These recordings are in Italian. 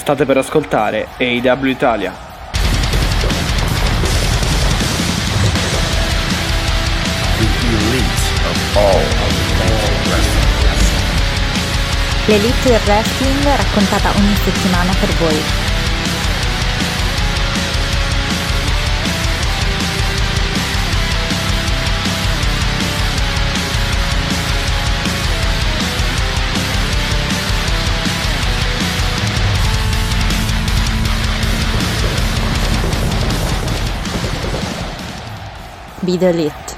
State per ascoltare AEW Italia. L'elite del wrestling raccontata ogni settimana per voi. Be the elite.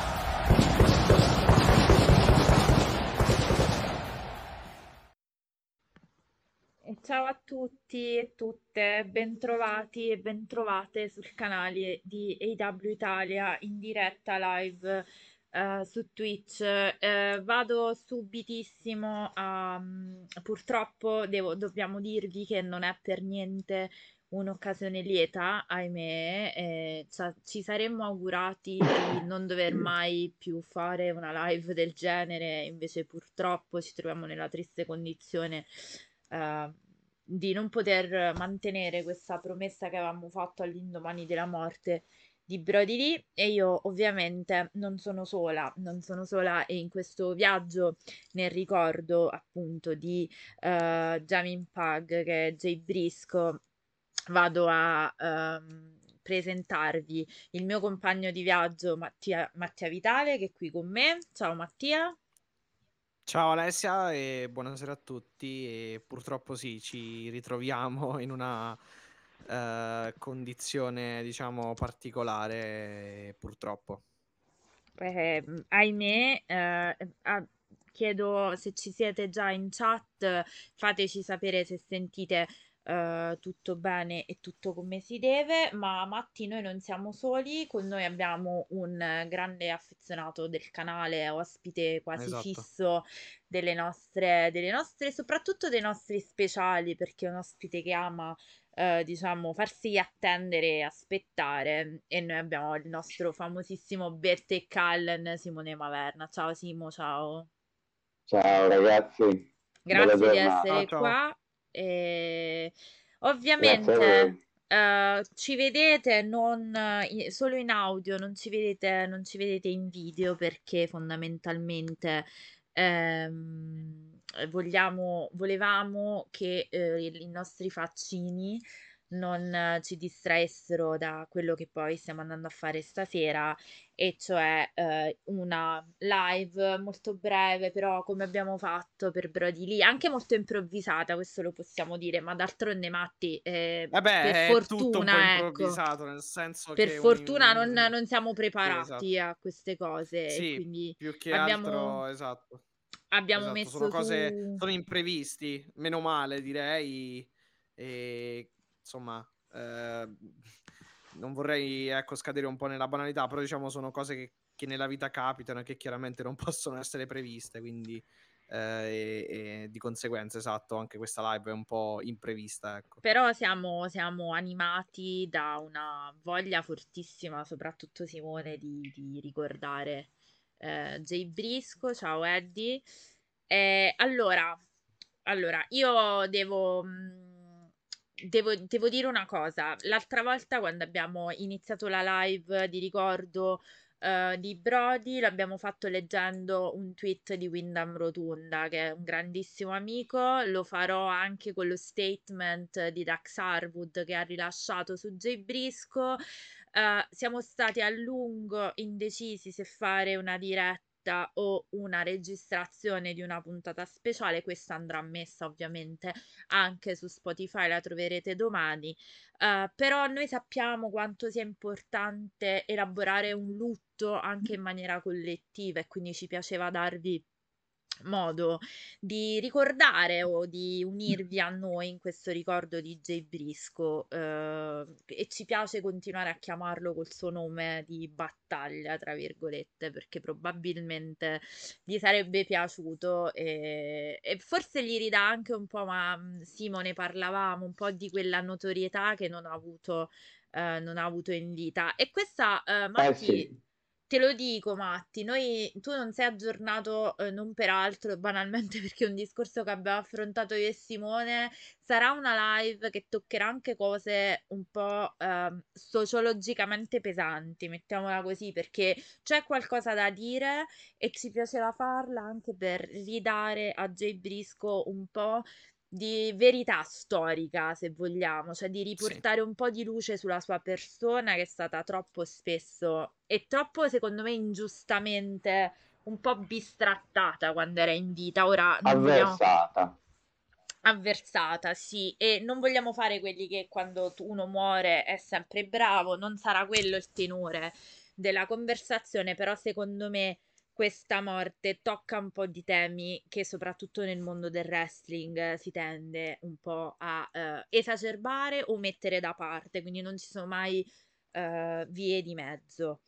Ciao a tutti e tutte, bentrovati e bentrovate sul canale di AEW Italia in diretta live su Twitch. Vado subitissimo purtroppo dobbiamo dirvi che non è per niente un'occasione lieta, ahimè. Ci saremmo augurati di non dover mai più fare una live del genere, invece purtroppo ci troviamo nella triste condizione eh, di non poter mantenere questa promessa che avevamo fatto all'indomani della morte di Brody Lee. E io ovviamente non sono sola e in questo viaggio nel ricordo appunto di Jamin Pug, che è Jay Briscoe, vado a presentarvi il mio compagno di viaggio Mattia Vitale, che è qui con me. Ciao Mattia. Ciao Alessia e buonasera a tutti. E purtroppo sì, ci ritroviamo in una condizione, diciamo, particolare, purtroppo. Ahimè, chiedo se ci siete già in chat, fateci sapere se sentite tutto bene e tutto come si deve. Ma Matti, noi non siamo soli, con noi abbiamo un grande affezionato del canale, ospite quasi Esatto. fisso soprattutto dei nostri speciali, perché è un ospite che ama diciamo, farsi attendere e aspettare. E noi abbiamo il nostro famosissimo Bette Callen, Simone Maverna. Ciao Simo, ciao. Ciao ragazzi, bella Grazie di giornata. essere Ciao. qua. E Grazie a ovviamente voi. ci vedete solo in audio, non ci vedete in video, perché fondamentalmente volevamo che i nostri faccini non ci distraessero da quello che poi stiamo andando a fare stasera, e cioè una live molto breve, però come abbiamo fatto per Brody Lee, anche molto improvvisata, questo lo possiamo dire, ma d'altronde Matti, per È tutto un po' fortuna, ecco, improvvisato, nel senso per che fortuna non siamo sì, esatto. preparati a queste cose, e Sì, quindi più che abbiamo, altro, esatto. abbiamo Esatto, sono messo cose, su. sono imprevisti, meno male direi, e insomma, non vorrei, ecco, scadere un po' nella banalità, però diciamo sono cose che nella vita capitano e che chiaramente non possono essere previste, quindi e di conseguenza, esatto, anche questa live è un po' imprevista, ecco. Però siamo animati da una voglia fortissima, soprattutto Simone, di ricordare Jay Briscoe. Ciao Eddie. Allora, io devo dire una cosa. L'altra volta, quando abbiamo iniziato la live di ricordo di Brody, l'abbiamo fatto leggendo un tweet di Wyndham Rotunda, che è un grandissimo amico. Lo farò anche con lo statement di Dax Harwood, che ha rilasciato su Jay Briscoe. Siamo stati a lungo indecisi se fare una diretta o una registrazione di una puntata speciale. Questa andrà messa ovviamente anche su Spotify, la troverete domani. Però noi sappiamo quanto sia importante elaborare un lutto anche in maniera collettiva, e quindi ci piaceva darvi modo di ricordare o di unirvi a noi in questo ricordo di Jay Briscoe, e ci piace continuare a chiamarlo col suo nome di battaglia, tra virgolette, perché probabilmente gli sarebbe piaciuto, e forse gli ridà anche un po', ma Simo, ne parlavamo un po' di quella notorietà che non ha avuto in vita. E questa, Matti, Sì, te lo dico, Matti, tu non sei aggiornato, non per altro, banalmente perché è un discorso che abbiamo affrontato io e Simone. Sarà una live che toccherà anche cose un po' sociologicamente pesanti, mettiamola così, perché c'è qualcosa da dire e ci piaceva farla anche per ridare a Jay Brisco un po' di verità storica, se vogliamo, cioè di Sì. riportare un po' di luce sulla sua persona che è stata troppo spesso e troppo, secondo me, ingiustamente un po' bistrattata quando era in vita. Ora non vogliamo avversata. avversata, sì, e non vogliamo fare quelli che quando uno muore è sempre bravo, non sarà quello il tenore della conversazione, però secondo me questa morte tocca un po' di temi che soprattutto nel mondo del wrestling si tende un po' a esacerbare o mettere da parte, quindi non ci sono mai vie di mezzo.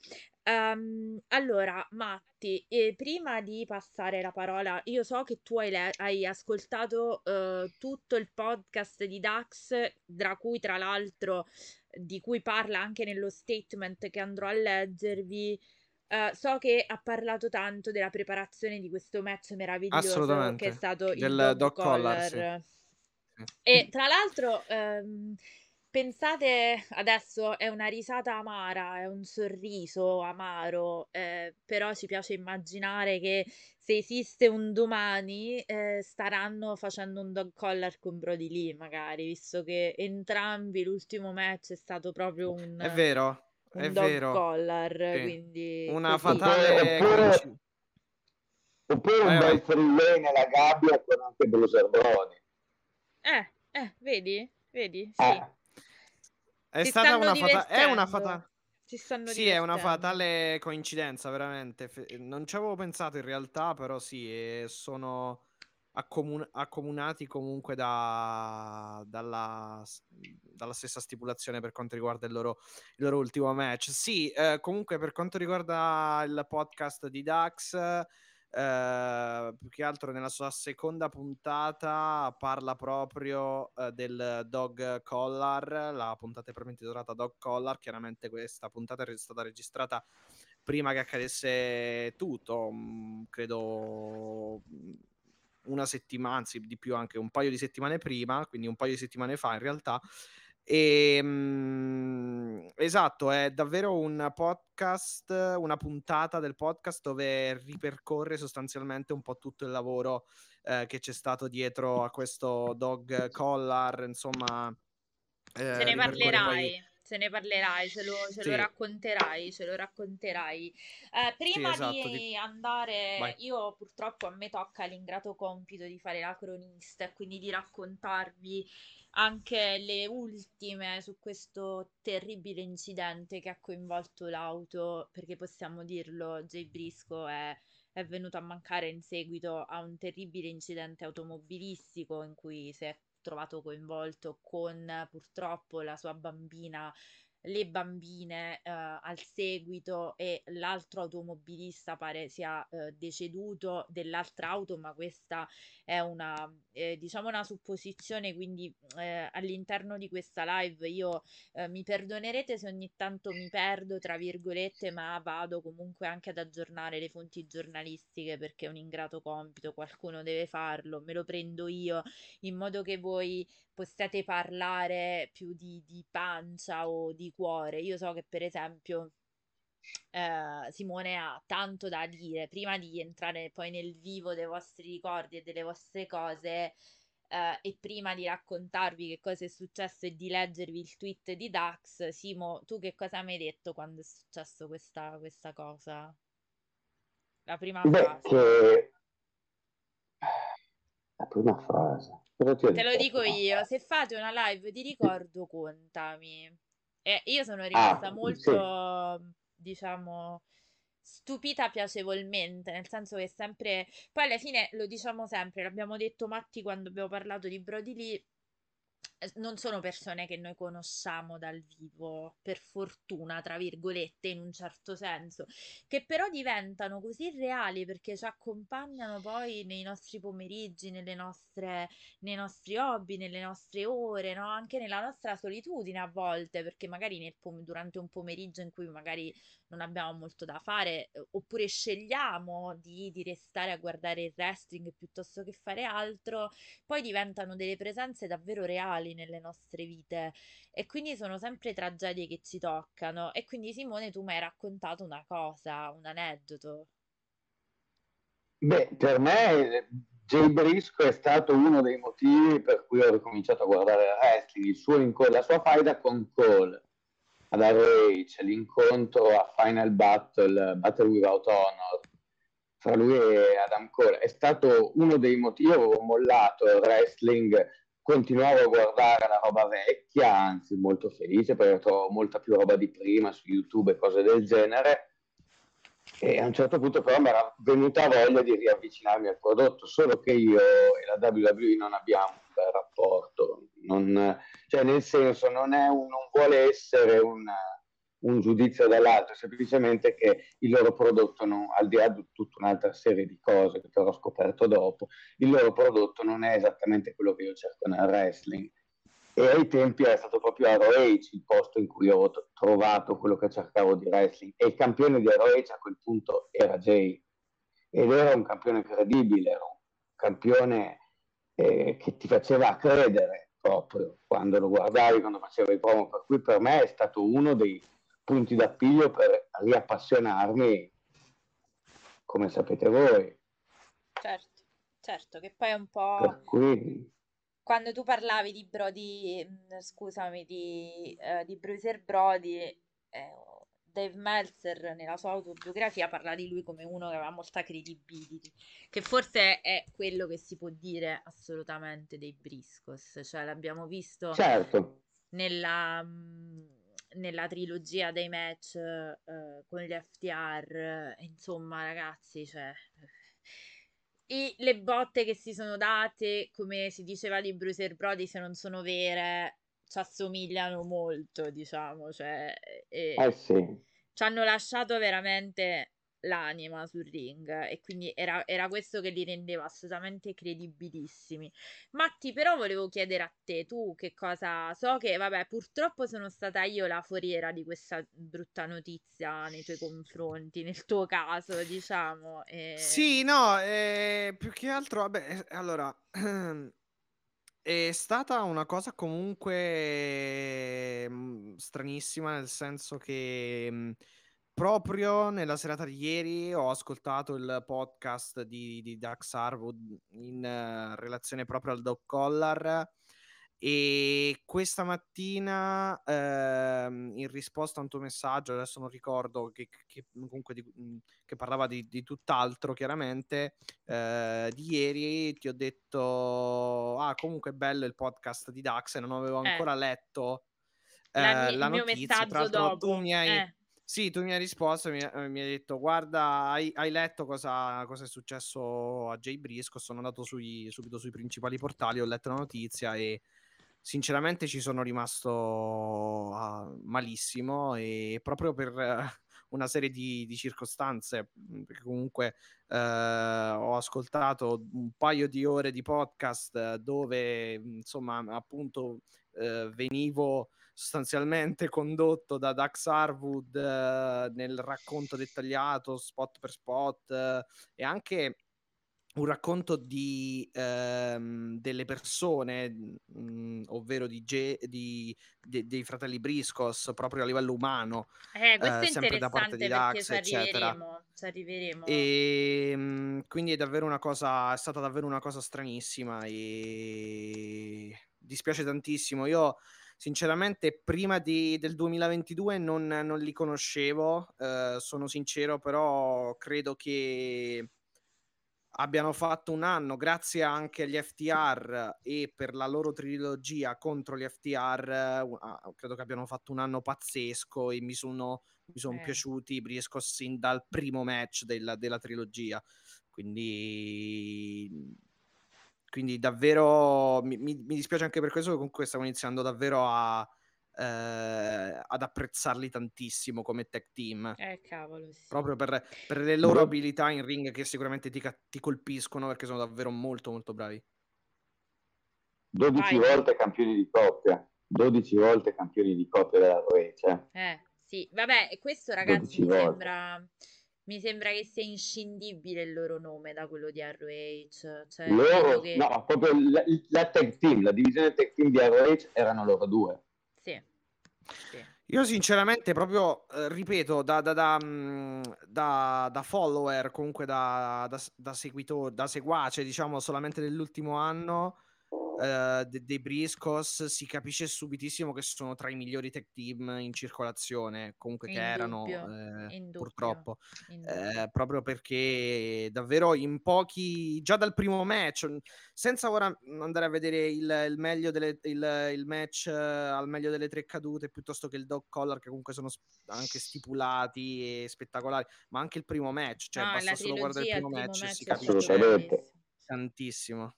Allora, Matti, prima di passare la parola, io so che tu hai ascoltato tutto il podcast di Dax, tra cui tra l'altro di cui parla anche nello statement che andrò a leggervi. So che ha parlato tanto della preparazione di questo match meraviglioso che è Assolutamente. stato il Del Dog Dog Collar, sì. Collar. Sì. E tra l'altro, pensate adesso è una risata amara, è un sorriso amaro, però ci piace immaginare che se esiste un domani, staranno facendo un dog collar con Brody Lee, magari, visto che entrambi l'ultimo match è stato proprio È vero, è un dog vero. collar, Sì. quindi Una così. fatale Oppure, coincidenza. oppure un Vai, bel vai. freeway nella gabbia con anche Bruce Broni. Vedi? Vedi? Sì. Eh, È Si stata stanno una È una divertendo. Si stanno Sì, è una divertendo. fatale coincidenza, veramente. Non ci avevo pensato in realtà, però sì, sono accomunati comunque dalla stessa stipulazione per quanto riguarda il loro ultimo match. Sì, comunque per quanto riguarda il podcast di Dax, più che altro nella sua seconda puntata parla proprio del Dog Collar. La puntata è propriamente titolata Dog Collar. Chiaramente questa puntata è stata registrata prima che accadesse tutto, credo una settimana, anzi di più, anche un paio di settimane prima, quindi un paio di settimane fa in realtà. Esatto, è davvero un podcast, una puntata del podcast dove ripercorre sostanzialmente un po' tutto il lavoro che c'è stato dietro a questo Dog Collar, insomma, Ce ne ripercorre poi. parlerai, ce ne parlerai, ce lo Sì, racconterai, ce lo racconterai. sì, Prima esatto. di andare, Vai. io purtroppo a me tocca l'ingrato compito di fare la cronista e quindi di raccontarvi anche le ultime su questo terribile incidente che ha coinvolto l'auto, perché possiamo dirlo, Jay Briscoe è venuto a mancare in seguito a un terribile incidente automobilistico in cui si è trovato coinvolto con purtroppo la sua bambina, le bambine al seguito e l'altro automobilista pare sia deceduto dell'altra auto, ma questa è una diciamo una supposizione, quindi all'interno di questa live io mi perdonerete se ogni tanto mi perdo, tra virgolette, ma vado comunque anche ad aggiornare le fonti giornalistiche perché è un ingrato compito, qualcuno deve farlo, me lo prendo io in modo che voi possiate parlare più di pancia o di cuore. Io so che per esempio Simone ha tanto da dire prima di entrare poi nel vivo dei vostri ricordi e delle vostre cose. E prima di raccontarvi che cosa è successo e di leggervi il tweet di Dax, Simo, tu che cosa mi hai detto quando è successo questa cosa? La prima beh, frase. che la prima frase. Cosa ti ho Te lo detto la dico prima io, frase? se fate una live di ricordo, contami. E io sono Ah, rimasta sì. molto, diciamo, stupita piacevolmente, nel senso che sempre, poi alla fine lo diciamo sempre, l'abbiamo detto Matti quando abbiamo parlato di Brody Lee, non sono persone che noi conosciamo dal vivo, per fortuna, tra virgolette, in un certo senso, che però diventano così reali perché ci accompagnano poi nei nostri pomeriggi, nei nostri hobby, nelle nostre ore, no? Anche nella nostra solitudine a volte, perché magari durante un pomeriggio in cui magari non abbiamo molto da fare, oppure scegliamo di restare a guardare il wrestling piuttosto che fare altro, poi diventano delle presenze davvero reali nelle nostre vite e quindi sono sempre tragedie che ci toccano. E quindi Simone, tu mi hai raccontato una cosa, un aneddoto. Beh, per me Jay Briscoe è stato uno dei motivi per cui ho ricominciato a guardare il wrestling, la sua faida con Cole ad ROH, l'incontro a Final Battle, Battle Without Honor, fra lui e Adam Cole, è stato uno dei motivi. Avevo mollato il wrestling, continuavo a guardare la roba vecchia, anzi molto felice perché trovo molta più roba di prima su YouTube e cose del genere. E a un certo punto però mi era venuta voglia di riavvicinarmi al prodotto, solo che io e la WWE non abbiamo un bel rapporto, cioè nel senso non vuole essere un giudizio dall'altro, semplicemente che il loro prodotto, al di là di tutta un'altra serie di cose che però ho scoperto dopo, il loro prodotto non è esattamente quello che io cerco nel wrestling. E ai tempi era stato proprio ROH il posto in cui ho trovato quello che cercavo di wrestling, e il campione di ROH a quel punto era Jay, ed era un campione credibile, era un campione che ti faceva credere proprio quando lo guardavi, quando faceva i promo, per cui per me è stato uno dei punti d'appiglio per riappassionarmi, come sapete voi. Certo, certo, che poi è un po'. Per cui Quando tu parlavi di Brody, scusami, di Bruiser Brody, Dave Meltzer nella sua autobiografia parla di lui come uno che aveva molta credibility, che forse è quello che si può dire assolutamente dei Briscos, cioè l'abbiamo visto certo, nella, nella trilogia dei match con gli FTR, insomma ragazzi, cioè. E le botte che si sono date, come si diceva di Bruiser Brody, se non sono vere, ci assomigliano molto, diciamo, cioè, eh sì. ci hanno lasciato veramente l'anima sul ring e quindi era questo che li rendeva assolutamente credibilissimi. Matti, però volevo chiedere a te, tu che cosa. So che, vabbè, purtroppo sono stata io la foriera di questa brutta notizia nei tuoi confronti, nel tuo caso, diciamo. Sì, no, più che altro, vabbè, allora, è stata una cosa comunque stranissima, nel senso che proprio nella serata di ieri ho ascoltato il podcast di Dax Harwood in relazione proprio al dog collar, e questa mattina in risposta a un tuo messaggio, adesso non ricordo, che comunque che parlava di tutt'altro chiaramente, di ieri ti ho detto comunque è bello il podcast di Dax, e non avevo Eh, ancora letto il la mio notizia. Tra messaggio l'altro tu dopo. mi hai sì, tu mi hai risposto e mi hai detto: guarda, hai letto cosa è successo a Jay Briscoe? Sono andato subito sui principali portali, ho letto la notizia e sinceramente ci sono rimasto malissimo, e proprio per una serie di circostanze, perché comunque ho ascoltato un paio di ore di podcast dove insomma appunto venivo sostanzialmente condotto da Dax Harwood nel racconto dettagliato spot per spot, e anche un racconto delle persone, ovvero dei fratelli Briscos, proprio a livello umano, Questo è sempre da parte di interessante perché Dax, eccetera. ci arriveremo. E quindi è stata davvero una cosa stranissima e dispiace tantissimo. Io sinceramente prima del 2022 non li conoscevo, sono sincero, però credo che abbiano fatto un anno, grazie anche agli FTR e per la loro trilogia contro gli FTR, credo che abbiano fatto un anno pazzesco, e mi sono piaciuti i Briscoes sin dal primo match della trilogia. Quindi davvero mi dispiace anche per questo, che comunque stavo iniziando davvero ad apprezzarli tantissimo come tag team, Cavolo, sì. proprio per le loro abilità in ring, che sicuramente ti colpiscono, perché sono davvero molto molto bravi. 12 Vai. volte campioni di coppia, 12 volte campioni di coppia della ROH. Sì, vabbè, questo ragazzi 12 volte. mi sembra che sia inscindibile il loro nome da quello di ROH, cioè credo Loro, che no, proprio la tag team, la divisione tag team di ROH erano loro due. sì, sì. Io sinceramente proprio, ripeto, da follower, comunque da seguitore, da seguace, diciamo, solamente dell'ultimo anno, dei Briscoes, si capisce subitissimo che sono tra i migliori tag team in circolazione, comunque che erano, Indubbio, purtroppo. indubbio. Proprio perché davvero in pochi, già dal primo match, senza ora andare a vedere il meglio il match al meglio delle 3 cadute piuttosto che il dog collar, che comunque sono anche stipulati e spettacolari, ma anche il primo match, cioè No, la basta solo guardare il trilogia, il primo primo match e si match è stato capisce Assolutamente. bellissimo. tantissimo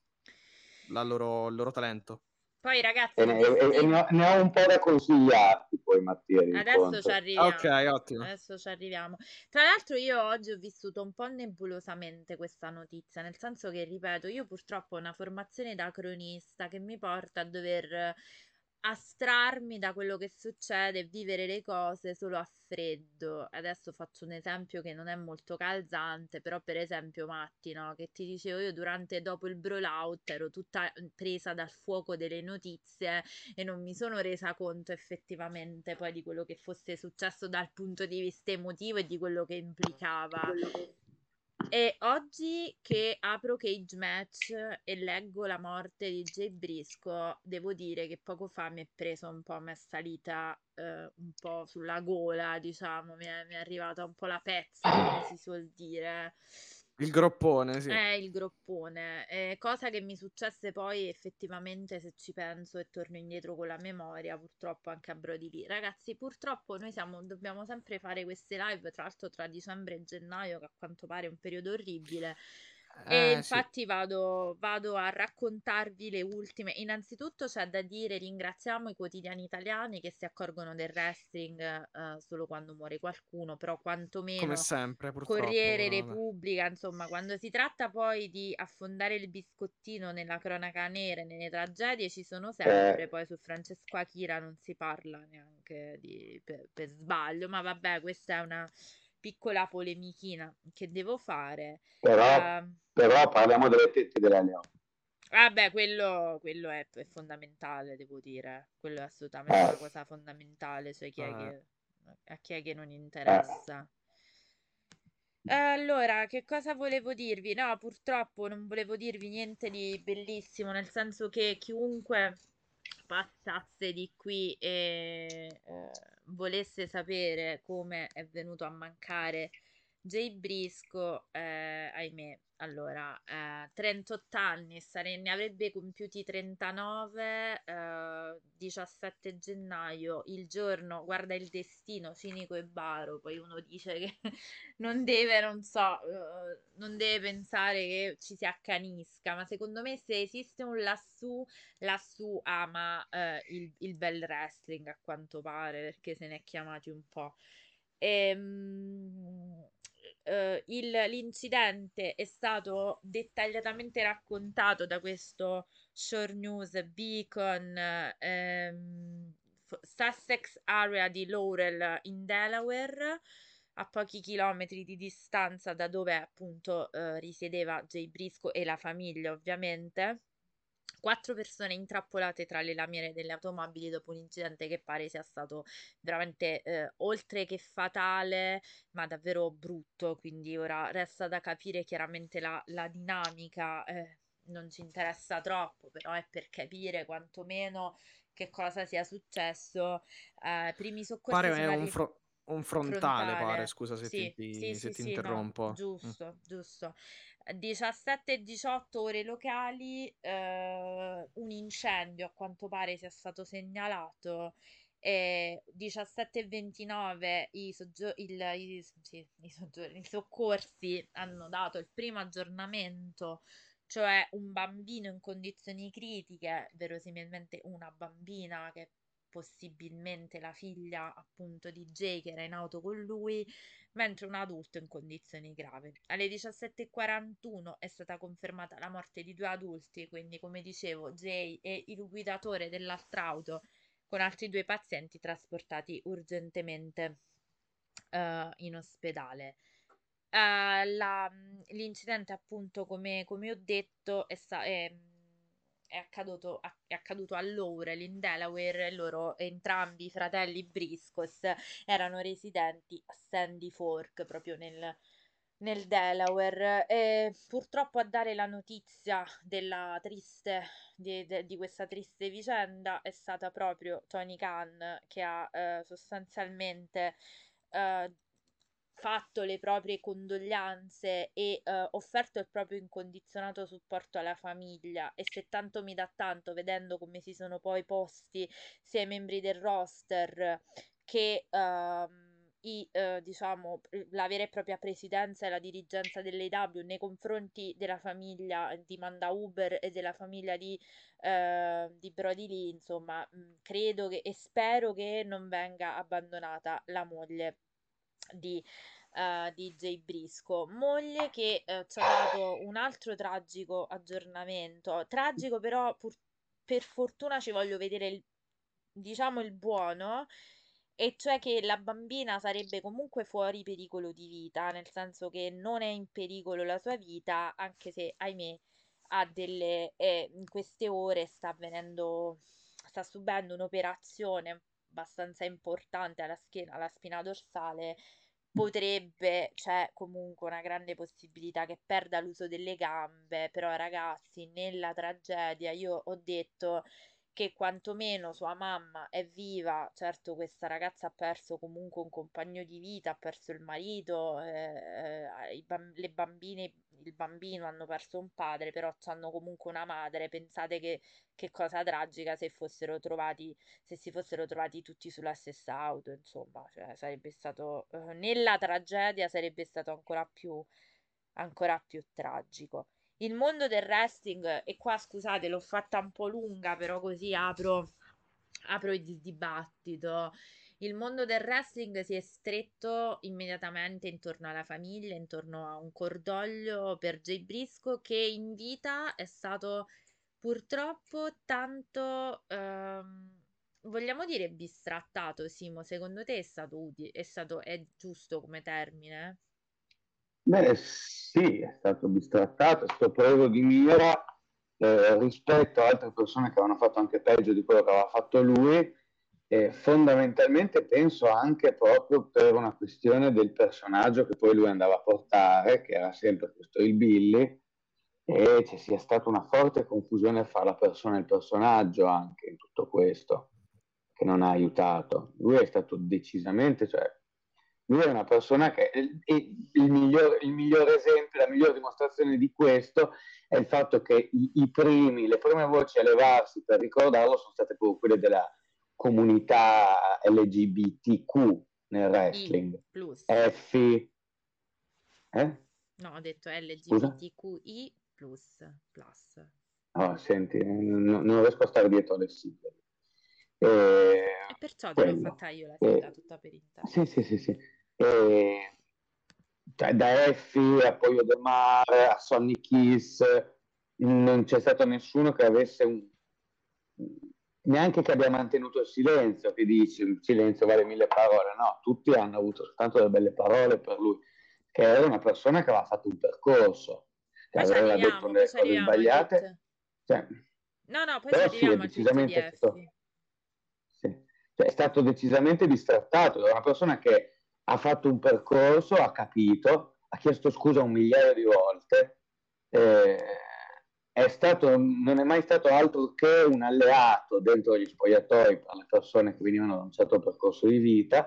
il loro talento. Poi E ragazzi, ne, e ne ho un po' da consigliarti poi, Mattia, di adesso ci incontri. Ok, arriviamo. ottimo. Adesso ci arriviamo. Tra l'altro io oggi ho vissuto un po' nebulosamente questa notizia, nel senso che, ripeto, io purtroppo ho una formazione da cronista che mi porta a dover astrarmi da quello che succede e vivere le cose solo a freddo. Adesso faccio un esempio che non è molto calzante, però per esempio Matti, no? Che ti dicevo io dopo il brawl out ero tutta presa dal fuoco delle notizie e non mi sono resa conto effettivamente poi di quello che fosse successo dal punto di vista emotivo e di quello che implicava. E oggi che apro Cage Match e leggo la morte di Jay Briscoe, devo dire che poco fa mi è preso un po', mi è salita un po' sulla gola, diciamo, mi è arrivata un po' la pezza, come si suol dire. Il groppone, sì. È il groppone, cosa che mi successe poi effettivamente se ci penso e torno indietro con la memoria, purtroppo anche a Brody Lee. Ragazzi, purtroppo noi dobbiamo sempre fare queste live, tra l'altro tra dicembre e gennaio, che a quanto pare è un periodo orribile. E Sì. infatti vado a raccontarvi le ultime. Innanzitutto c'è da dire, ringraziamo i quotidiani italiani che si accorgono del wrestling solo quando muore qualcuno, però Come quantomeno sempre, purtroppo, Corriere, però, vabbè. Repubblica, insomma, quando si tratta poi di affondare il biscottino nella cronaca nera e nelle tragedie ci sono sempre, poi su Francesco Achira non si parla neanche per sbaglio, ma vabbè, questa è una piccola polemichina che devo fare. Però, Ehm, però parliamo delle tette della Leone. Vabbè, quello è fondamentale, devo dire, quello è assolutamente Eh, una cosa fondamentale, cioè Eh, a chi è che non eh. interessa. Allora, che cosa volevo dirvi? No, purtroppo non volevo dirvi niente di bellissimo, nel senso che chiunque passasse di qui e volesse sapere come è venuto a mancare Jay Briscoe, ahimè, allora, 38 anni, ne avrebbe compiuti 39, 17 gennaio, il giorno, guarda il destino, cinico e baro, poi uno dice che non deve, non so, non deve pensare che ci si accanisca, ma secondo me se esiste un lassù, lassù ama il bel wrestling a quanto pare, perché se ne è chiamati un po'. L'incidente è stato dettagliatamente raccontato da questo Shore News Beacon, Sussex area di Laurel in Delaware, a pochi chilometri di distanza da dove appunto risiedeva Jay Briscoe e la famiglia, ovviamente. 4 persone intrappolate tra le lamiere delle automobili dopo un incidente che pare sia stato veramente oltre che fatale, ma davvero brutto. Quindi ora resta da capire chiaramente la dinamica. Non ci interessa troppo, però è per capire quantomeno che cosa sia successo. Primi soccorsi pare è sono arrivati. un frontale, pare, Frontale, scusa sì, sì, se sì, ti sì, no, interrompo. giusto, giusto. 17 e 18 ore locali, un incendio a quanto pare sia stato segnalato. 17 e 29 i soccorsi hanno dato il primo aggiornamento, cioè un bambino in condizioni critiche, verosimilmente una bambina che è possibilmente la figlia appunto di Jay che era in auto con lui, mentre un adulto in condizioni gravi. Alle 17:41 è stata confermata la morte di 2 adulti, quindi come dicevo Jay e il guidatore dell'altra auto con altri 2 pazienti trasportati urgentemente in ospedale. L'incidente, appunto, come ho detto, è accaduto a Laurel, in Delaware, e loro entrambi, i fratelli Briscoes, erano residenti a Sandy Fork, proprio nel Delaware. E purtroppo a dare la notizia di questa triste vicenda è stata proprio Tony Khan, che ha sostanzialmente eh, fatto le proprie condoglianze e offerto il proprio incondizionato supporto alla famiglia. E se tanto mi dà tanto, vedendo come si sono poi posti sia i membri del roster che diciamo, la vera e propria presidenza e la dirigenza dell'AEW nei confronti della famiglia di Manda Uber e della famiglia di Brody Lee, insomma, credo e spero che non venga abbandonata la moglie di Jay Briscoe, moglie che ci ha dato un altro tragico aggiornamento. Tragico, però per fortuna ci voglio vedere diciamo il buono, e cioè che la bambina sarebbe comunque fuori pericolo di vita, nel senso che non è in pericolo la sua vita, anche se, ahimè, in queste ore sta subendo un'operazione abbastanza importante alla schiena, alla spina dorsale. C'è comunque una grande possibilità che perda l'uso delle gambe, però ragazzi, nella tragedia io ho detto che quantomeno sua mamma è viva. Certo, questa ragazza ha perso comunque un compagno di vita, ha perso il marito, le bambine, il bambino hanno perso un padre, però hanno comunque una madre. Pensate che cosa tragica se si fossero trovati tutti sulla stessa auto, insomma, cioè, sarebbe stato, nella tragedia sarebbe stato ancora più tragico. Il mondo del wrestling, e qua scusate, l'ho fatta un po' lunga, però così apro il dibattito. Il mondo del wrestling si è stretto immediatamente intorno alla famiglia, intorno a un cordoglio per Jay Briscoe, che in vita è stato purtroppo tanto, vogliamo dire, bistrattato. Simo, secondo te è stato utile, è giusto come termine? Beh, sì, è stato bistrattato, è stato preso di mira rispetto a altre persone che avevano fatto anche peggio di quello che aveva fatto lui. E fondamentalmente penso anche proprio per una questione del personaggio che poi lui andava a portare, che era sempre questo il Billy, e ci sia stata una forte confusione fra la persona e il personaggio anche in tutto questo, che non ha aiutato. Lui è stato decisamente, cioè, lui è una persona che il miglior esempio, la migliore dimostrazione di questo è il fatto che le prime voci a levarsi per ricordarlo sono state proprio quelle della comunità LGBTQ nel I wrestling. plus. Effi, No, ho detto Scusa? LGBTQI plus. No, senti, non riesco a stare dietro alle sigle. E perciò te l'ho Quello. fatta io la sigla, tutta per intero. Sì, sì, sì, sì. Cioè, da Effie a Pollo del Mare a Sonny Kiss, non c'è stato nessuno che avesse neanche che abbia mantenuto il silenzio, che dice il silenzio vale mille parole. No, tutti hanno avuto soltanto delle belle parole per lui, che era una persona che aveva fatto un percorso, che aveva detto Poi delle ci cose arriviamo al tweet. sbagliate. Cioè, No, no, poi ci però sì, è arriviamo al tweet di decisamente stato, Effie. sì. Cioè, è stato decisamente bistrattato da una persona che ha fatto un percorso, ha capito, ha chiesto scusa un migliaio di volte, eh, non è mai stato altro che un alleato dentro gli spogliatoi per le persone che venivano da un certo percorso di vita,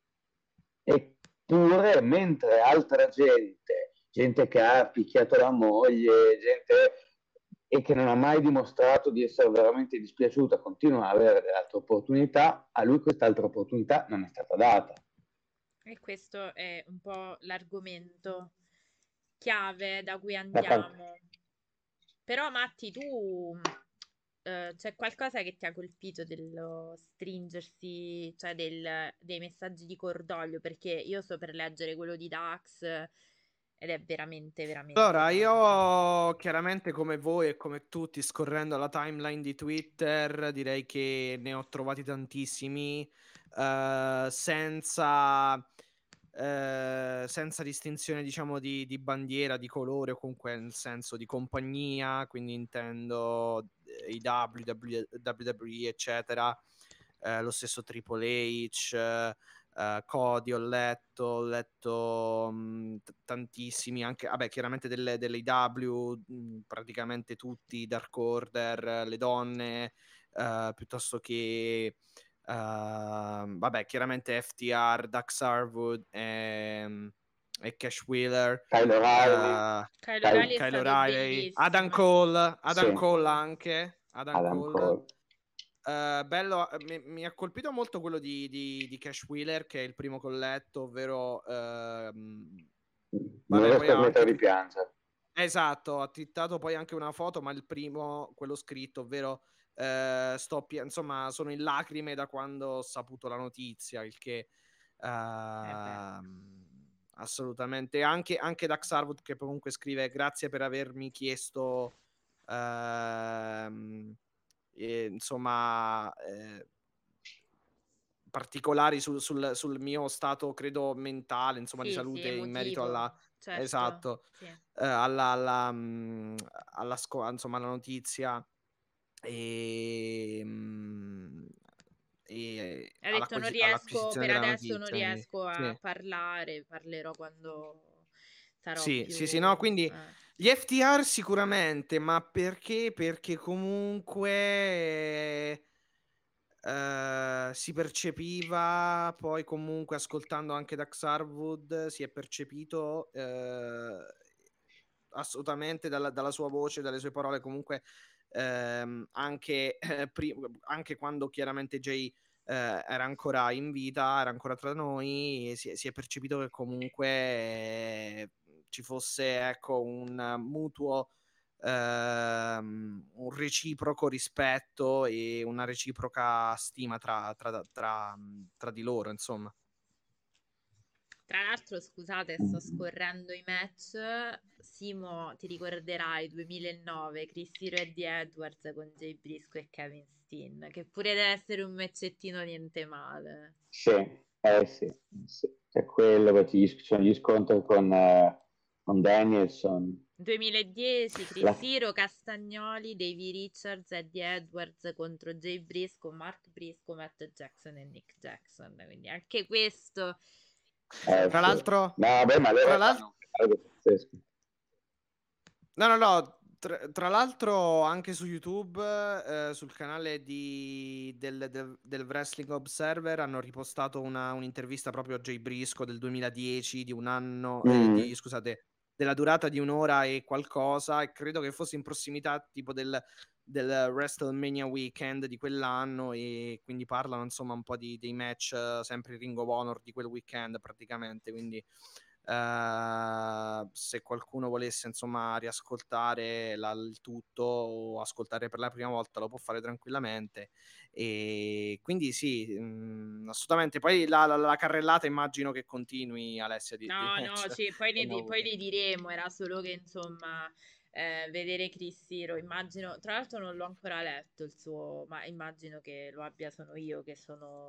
eppure mentre altra gente che ha picchiato la moglie, gente e che non ha mai dimostrato di essere veramente dispiaciuta, continua ad avere delle altre opportunità, a lui questa altra opportunità non è stata data. E questo è un po' l'argomento chiave da cui Da parte, andiamo. Però, Matti, c'è qualcosa che ti ha colpito dello stringersi, cioè dei messaggi di cordoglio? Perché io sto per leggere quello di Dax, ed è veramente, veramente Allora, tanto. io chiaramente come voi e come tutti, scorrendo la timeline di Twitter, direi che ne ho trovati tantissimi, senza distinzione, diciamo, di bandiera, di colore o comunque nel senso di compagnia, quindi intendo i WWE, eccetera, lo stesso Triple H, Cody ho letto tantissimi, anche, vabbè, chiaramente delle IW, praticamente tutti, Dark Order, le donne, piuttosto che, vabbè, chiaramente FTR, Dax Harwood e Cash Wheeler, Kyle O'Reilly, Kyle O'Reilly è Kyle stato O'Reilly, bellissimo. Adam Sì. Cole anche, Adam Adam Cole. Cole. Bello, mi ha colpito molto quello di Cash Wheeler, che è il primo colletto, ovvero Non vabbè, riesco poi a ha anche smettere di piangere. esatto, ha twittato poi anche una foto, ma il primo, quello scritto, ovvero insomma, sono in lacrime da quando ho saputo la notizia, il che Beh. assolutamente. Anche Dax Harwood, che comunque scrive: grazie per avermi chiesto insomma, particolari sul mio stato, credo, mentale, insomma, di Sì, sì, salute in merito emotivo, alla certo, esatto, sì. insomma, alla notizia, ehm, e Ha detto non riesco, all'acquisizione per della adesso non notizia, quindi riesco a sì. parlare, parlerò quando sarò Sì, più... sì, sì, no, quindi gli FTR sicuramente, ma perché? Perché comunque si percepiva, poi comunque ascoltando anche Dax Harwood, si è percepito assolutamente dalla sua voce, dalle sue parole, comunque anche, anche quando chiaramente Jay era ancora in vita, era ancora tra noi, e si è percepito che comunque ci fosse, ecco, un mutuo, un reciproco rispetto e una reciproca stima tra di loro, insomma. Tra l'altro, scusate, sto scorrendo i match. Simo, ti ricorderai 2009, Chris Hero e Eddie Edwards con Jay Briscoe e Kevin Steen, che pure deve essere un matchettino niente male. Sì, sì, sì. C'è quello, poi ci sono gli scontri con Danielson. 2010, Chris La- Hero, Castagnoli, Davey Richards, Eddie Edwards contro Jay Briscoe, Mark Briscoe, Matt Jackson e Nick Jackson. Quindi anche questo Tra sì. insomma, l'altro, No, vabbè, ma tra loro l'altro, fanno un caldo pazzesco. no, tra l'altro anche su YouTube, sul canale del Wrestling Observer, hanno ripostato un'intervista proprio a Jay Briscoe del 2010, di un anno, Mm. scusate, della durata di un'ora e qualcosa, e credo che fosse in prossimità tipo del WrestleMania weekend di quell'anno, e quindi parlano, insomma, un po' dei match, sempre in Ring of Honor di quel weekend praticamente, quindi se qualcuno volesse, insomma, riascoltare il tutto o ascoltare per la prima volta, lo può fare tranquillamente, e quindi sì, assolutamente. Poi la carrellata immagino che continui, Alessia, di no, no, match sì, che hanno poi avuto. li diremo, era solo che insomma vedere Chris Hero, immagino, tra l'altro non l'ho ancora letto il suo, ma immagino che lo abbia, sono io che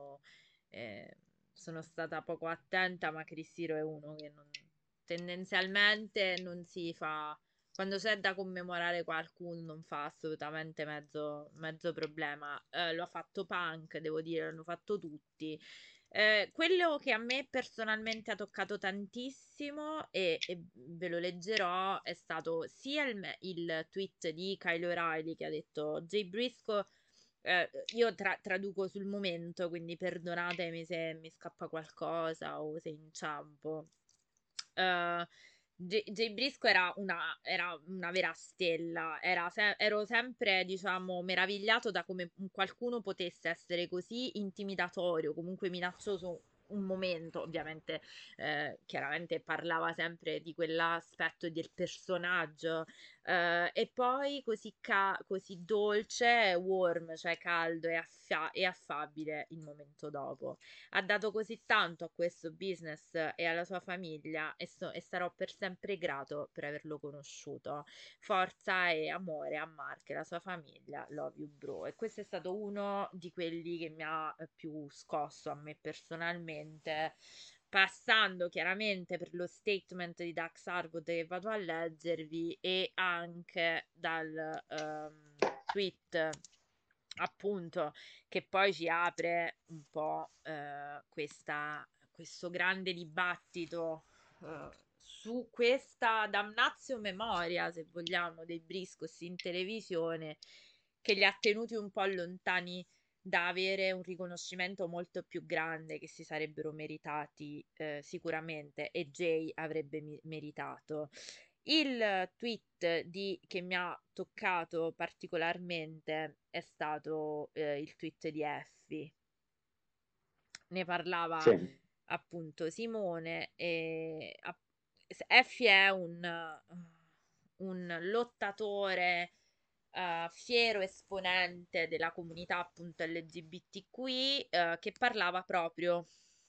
sono stata poco attenta, ma Chris Hero è uno che tendenzialmente non si fa, quando c'è da commemorare qualcuno non fa assolutamente mezzo problema. Lo ha fatto Punk, devo dire, l'hanno fatto tutti. Quello che a me personalmente ha toccato tantissimo e ve lo leggerò è stato sia il tweet di Kyle O'Reilly che ha detto Jay Briscoe, io traduco sul momento, quindi perdonatemi se mi scappa qualcosa o se inciampo. Eh, Jay Briscoe era una vera stella, ero sempre, diciamo, meravigliato da come qualcuno potesse essere così intimidatorio, comunque minaccioso un momento, ovviamente, chiaramente parlava sempre di quell'aspetto del personaggio, E poi così dolce, warm, cioè caldo e affabile il momento dopo. Ha dato così tanto a questo business e alla sua famiglia e sarò per sempre grato per averlo conosciuto. Forza e amore a Mark e la sua famiglia, love you bro. E questo è stato uno di quelli che mi ha più scosso a me personalmente, passando chiaramente per lo statement di Dax Harwood che vado a leggervi e anche dal tweet appunto che poi ci apre un po' questo grande dibattito su questa damnatio memoria, se vogliamo, dei Briscos in televisione, che li ha tenuti un po' lontani da avere un riconoscimento molto più grande che si sarebbero meritati sicuramente, e Jay avrebbe meritato. Il tweet che mi ha toccato particolarmente è stato il tweet di Effie. Ne parlava Sì. appunto Simone e Effie è un lottatore, fiero esponente della comunità appunto LGBTQI, che parlava proprio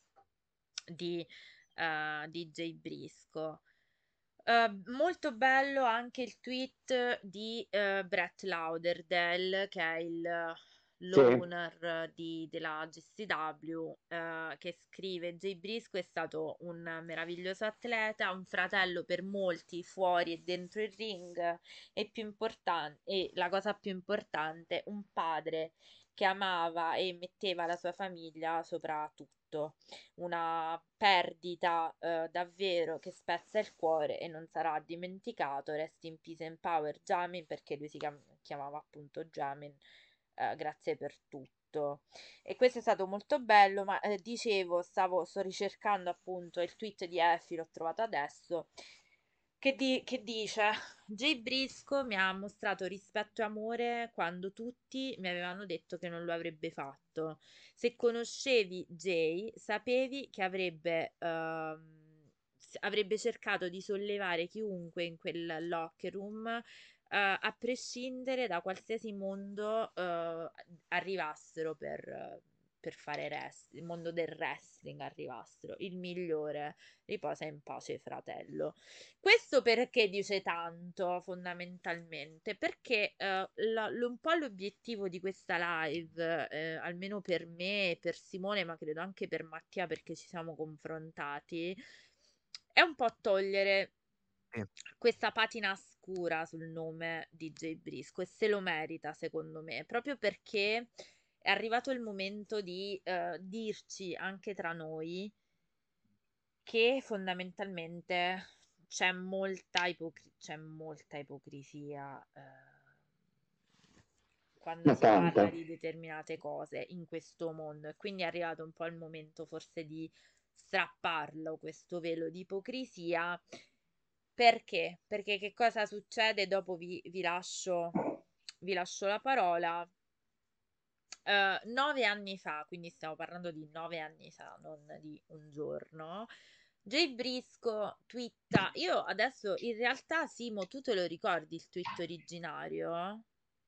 di Jay Briscoe. Molto bello anche il tweet di Brett Lauderdale, che è l'owner della GCW, che scrive: Jay Briscoe è stato un meraviglioso atleta, un fratello per molti fuori e dentro il ring, e la cosa più importante, un padre che amava e metteva la sua famiglia sopra tutto. Una perdita davvero che spezza il cuore e non sarà dimenticato. Rest in peace and power Jamin, perché lui si chiamava appunto Jamin. Grazie per tutto. E questo è stato molto bello, ma dicevo, sto ricercando appunto il tweet di Effie, l'ho trovato adesso, che dice: Jay Briscoe mi ha mostrato rispetto e amore quando tutti mi avevano detto che non lo avrebbe fatto. Se conoscevi Jay, sapevi che avrebbe cercato di sollevare chiunque in quel locker room, a prescindere da qualsiasi mondo arrivassero per fare il mondo del wrestling arrivassero. Il migliore, riposa in pace, fratello. Questo perché dice tanto, fondamentalmente? Perché un po' l'obiettivo di questa live, almeno per me e per Simone, ma credo anche per Mattia, perché ci siamo confrontati, è un po' togliere questa patina scura sul nome di Jay Briscoe, e se lo merita, secondo me, proprio perché è arrivato il momento di dirci anche tra noi che fondamentalmente c'è molta ipocrisia quando Ma si parla tanta. di determinate cose in questo mondo, e quindi è arrivato un po' il momento forse di strapparlo questo velo di ipocrisia. Perché? Perché che cosa succede? Dopo vi lascio la parola. 9 anni fa, quindi stiamo parlando di 9 anni fa, non di un giorno. Jay Briscoe twitta. Io adesso in realtà, Simo, tu te lo ricordi il tweet originario?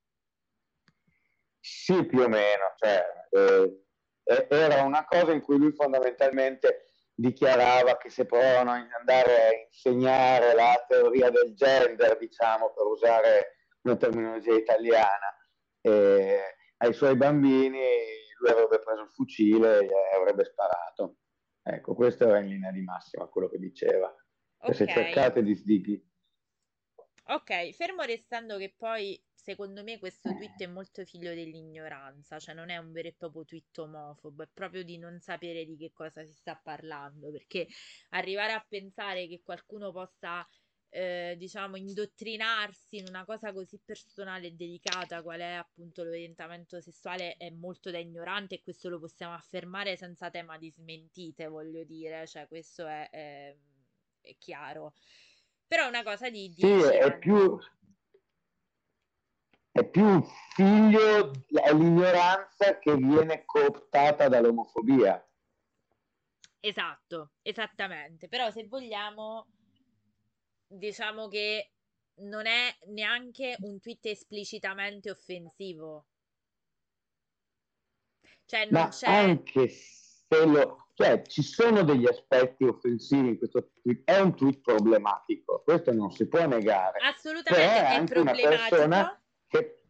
Sì, più o meno, cioè, era una cosa in cui lui fondamentalmente dichiarava che se provavano ad andare a insegnare la teoria del gender, diciamo, per usare una terminologia italiana, ai suoi bambini, lui avrebbe preso il fucile e avrebbe sparato. Ecco, questo era in linea di massima quello che diceva. Se Ok. cercate di. Ok, fermo restando che poi secondo me questo tweet è molto figlio dell'ignoranza, cioè non è un vero e proprio tweet omofobo, è proprio di non sapere di che cosa si sta parlando, perché arrivare a pensare che qualcuno possa, diciamo, indottrinarsi in una cosa così personale e delicata qual è appunto l'orientamento sessuale è molto da ignorante, e questo lo possiamo affermare senza tema di smentite, voglio dire, cioè questo è chiaro. Però è una cosa di Sì, 10 anni. è più figlio, è l'ignoranza che viene cooptata dall'omofobia. Esatto, esattamente. Però se vogliamo, diciamo che non è neanche un tweet esplicitamente offensivo. Cioè, non Ma c'è... anche se cioè, ci sono degli aspetti offensivi in questo tweet, è un tweet problematico, questo non si può negare, però Assolutamente è è anche una problematico, persona che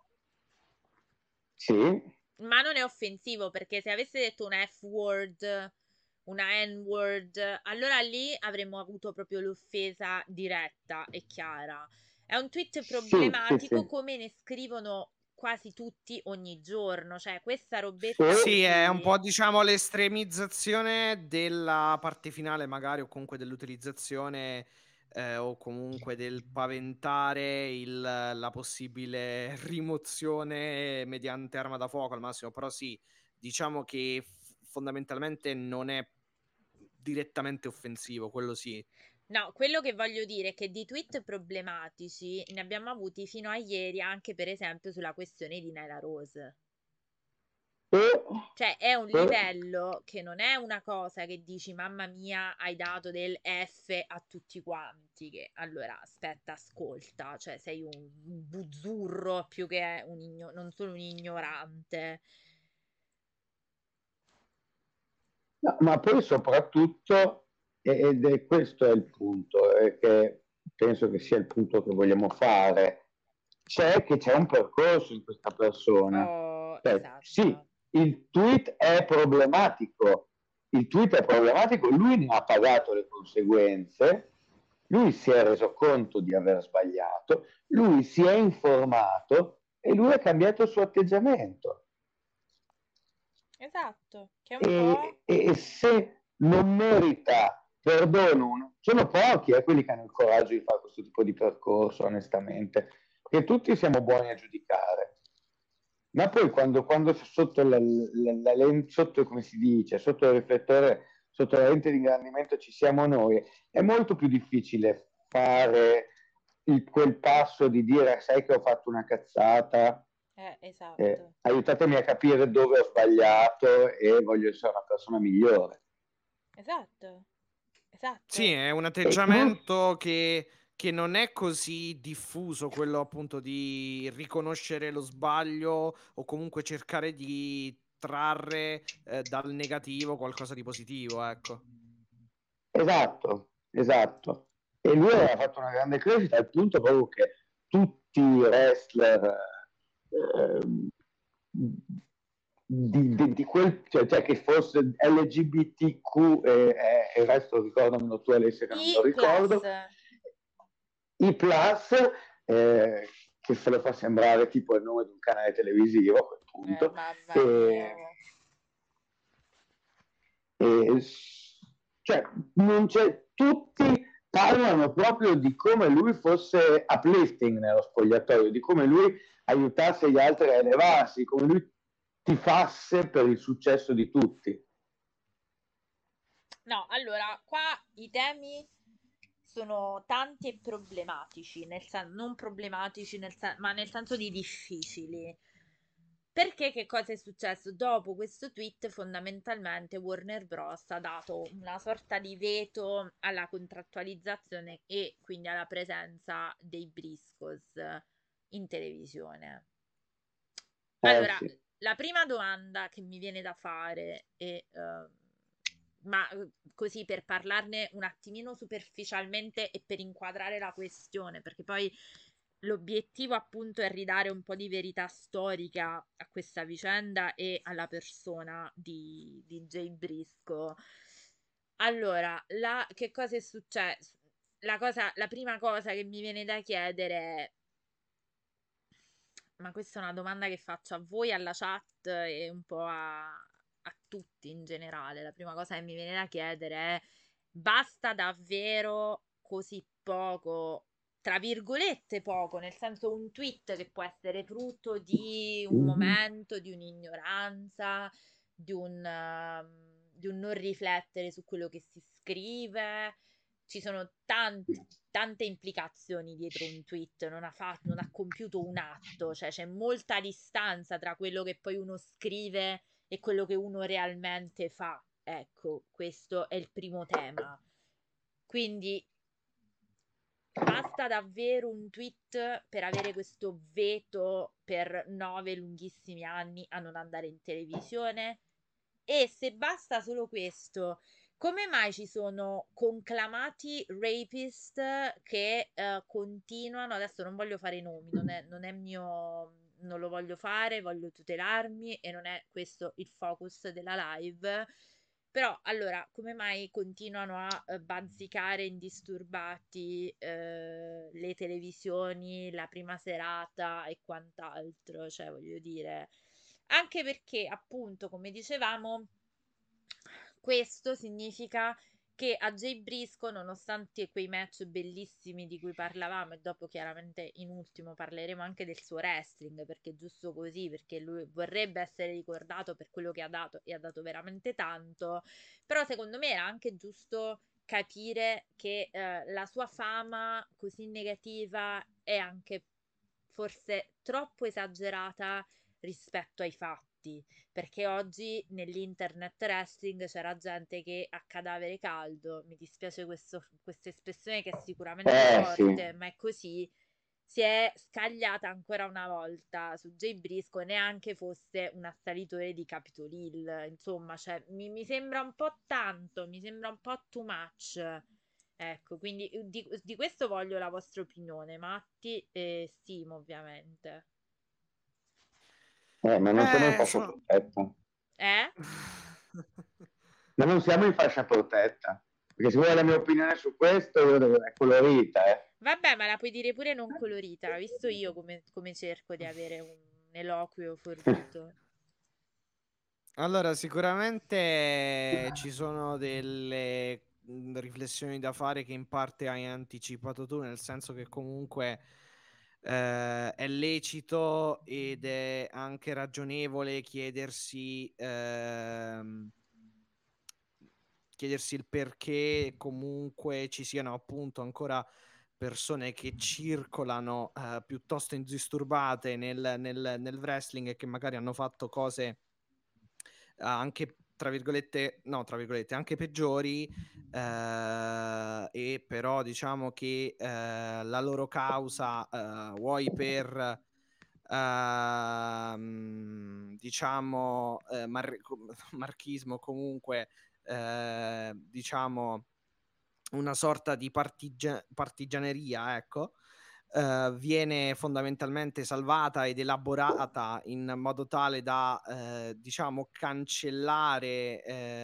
sì, ma non è offensivo, perché se avesse detto una F-word, una N-word, allora lì avremmo avuto proprio l'offesa diretta e chiara. È un tweet sì, sì, problematico, sì, come ne scrivono quasi tutti ogni giorno, cioè questa robetta sì, Sì, è un così. po', diciamo, l'estremizzazione della parte finale, magari, o comunque dell'utilizzazione, o comunque del paventare la possibile rimozione mediante arma da fuoco al massimo. Però sì, diciamo che fondamentalmente non è direttamente offensivo, quello sì. No, quello che voglio dire è che di tweet problematici ne abbiamo avuti fino a ieri, anche per esempio sulla questione di Naila Rose. eh, Cioè, è un eh, livello che non è una cosa che dici, mamma mia, hai dato del F a tutti quanti. Che allora, aspetta, ascolta, cioè sei un buzzurro più che non solo un ignorante. no, ma poi soprattutto, ed è questo è il punto, che penso che sia il punto che vogliamo fare, c'è un percorso in questa persona. Oh, Cioè, sì, esatto. il tweet è problematico, lui ne ha pagato le conseguenze, lui si è reso conto di aver sbagliato, lui si è informato e lui ha cambiato il suo atteggiamento. Esatto, che è un po'... E se non merita perdono, sono pochi quelli che hanno il coraggio di fare questo tipo di percorso, onestamente, perché tutti siamo buoni a giudicare. Ma poi quando sotto la lente, sotto come si dice, sotto il riflettore, sotto la lente di ingrandimento ci siamo noi, è molto più difficile fare quel passo di dire sai che ho fatto una cazzata, esatto, aiutatemi a capire dove ho sbagliato e voglio essere una persona migliore. esatto, Sì, esatto. è un E lui, atteggiamento che non è così diffuso, quello appunto di riconoscere lo sbaglio o comunque cercare di trarre dal negativo qualcosa di positivo, ecco. esatto, esatto. E lui aveva fatto una grande crescita al punto proprio che tutti i wrestler di quel, cioè che fosse LGBTQ e il resto lo ricordano tu Alessia che non me lo I plus, ricordo, i plus che se lo fa sembrare tipo il nome di un canale televisivo a quel punto mamma mia. e, e, cioè non c'è, tutti parlano proprio di come lui fosse uplifting nello spogliatoio, di come lui aiutasse gli altri a elevarsi, come lui tifasse per il successo di tutti. No, allora, qua i temi sono tanti e problematici, non problematici, ma nel senso di difficili. Perché che cosa è successo? Dopo questo tweet, fondamentalmente Warner Bros. Ha dato una sorta di veto alla contrattualizzazione e quindi alla presenza dei Briscoes in televisione. Allora, Sì. la prima domanda che mi viene da fare è, ma così per parlarne un attimino superficialmente e per inquadrare la questione, perché poi l'obiettivo appunto è ridare un po' di verità storica a questa vicenda e alla persona di Jay Briscoe. Allora, che cosa è successo? La prima cosa che mi viene da chiedere è, ma questa è una domanda che faccio a voi, alla chat e un po' a tutti in generale. La prima cosa che mi viene da chiedere è: basta davvero così poco, tra virgolette poco, nel senso un tweet che può essere frutto di un momento, di un'ignoranza, di un non riflettere su quello che si scrive. Ci sono tante implicazioni dietro un tweet, non ha compiuto un atto, cioè c'è molta distanza tra quello che poi uno scrive e quello che uno realmente fa. Ecco, questo è il primo tema. Quindi basta davvero un tweet per avere questo veto per 9 lunghissimi anni a non andare in televisione? E se basta solo questo, come mai ci sono conclamati rapist che continuano? Adesso non voglio fare i nomi, non è mio, non lo voglio fare, voglio tutelarmi e non è questo il focus della live. Però allora, come mai continuano a bazzicare indisturbati le televisioni, la prima serata e quant'altro? Cioè, voglio dire, anche perché, appunto, come dicevamo, questo significa che a Jay Briscoe, nonostante quei match bellissimi di cui parlavamo, e dopo chiaramente in ultimo parleremo anche del suo wrestling, perché è giusto così, perché lui vorrebbe essere ricordato per quello che ha dato e ha dato veramente tanto, però secondo me era anche giusto capire che la sua fama così negativa è anche forse troppo esagerata rispetto ai fatti, perché oggi nell'internet wrestling c'era gente che a cadavere caldo, mi dispiace questa espressione che è sicuramente Sì. forte, ma è così, si è scagliata ancora una volta su Jay Briscoe, neanche fosse un assalitore di Capitol Hill, insomma, cioè, mi sembra un po' tanto, mi sembra un po' too much. Ecco, quindi di questo voglio la vostra opinione, Matti e Simo, ovviamente. Ma non siamo in fascia Sono... protetta. Eh? Ma non siamo in fascia protetta. Perché se vuoi la mia opinione su questo, è colorita, Vabbè, ma la puoi dire pure non colorita, visto io come cerco di avere un eloquio forbito. Allora, sicuramente ci sono delle riflessioni da fare che in parte hai anticipato tu, nel senso che comunque è lecito ed è anche ragionevole chiedersi il perché comunque ci siano appunto ancora persone che circolano piuttosto indisturbate nel wrestling e che magari hanno fatto cose anche anche peggiori, e però diciamo che la loro causa, vuoi per diciamo marchismo, comunque diciamo una sorta di partigianeria, ecco, viene fondamentalmente salvata ed elaborata in modo tale da, diciamo, cancellare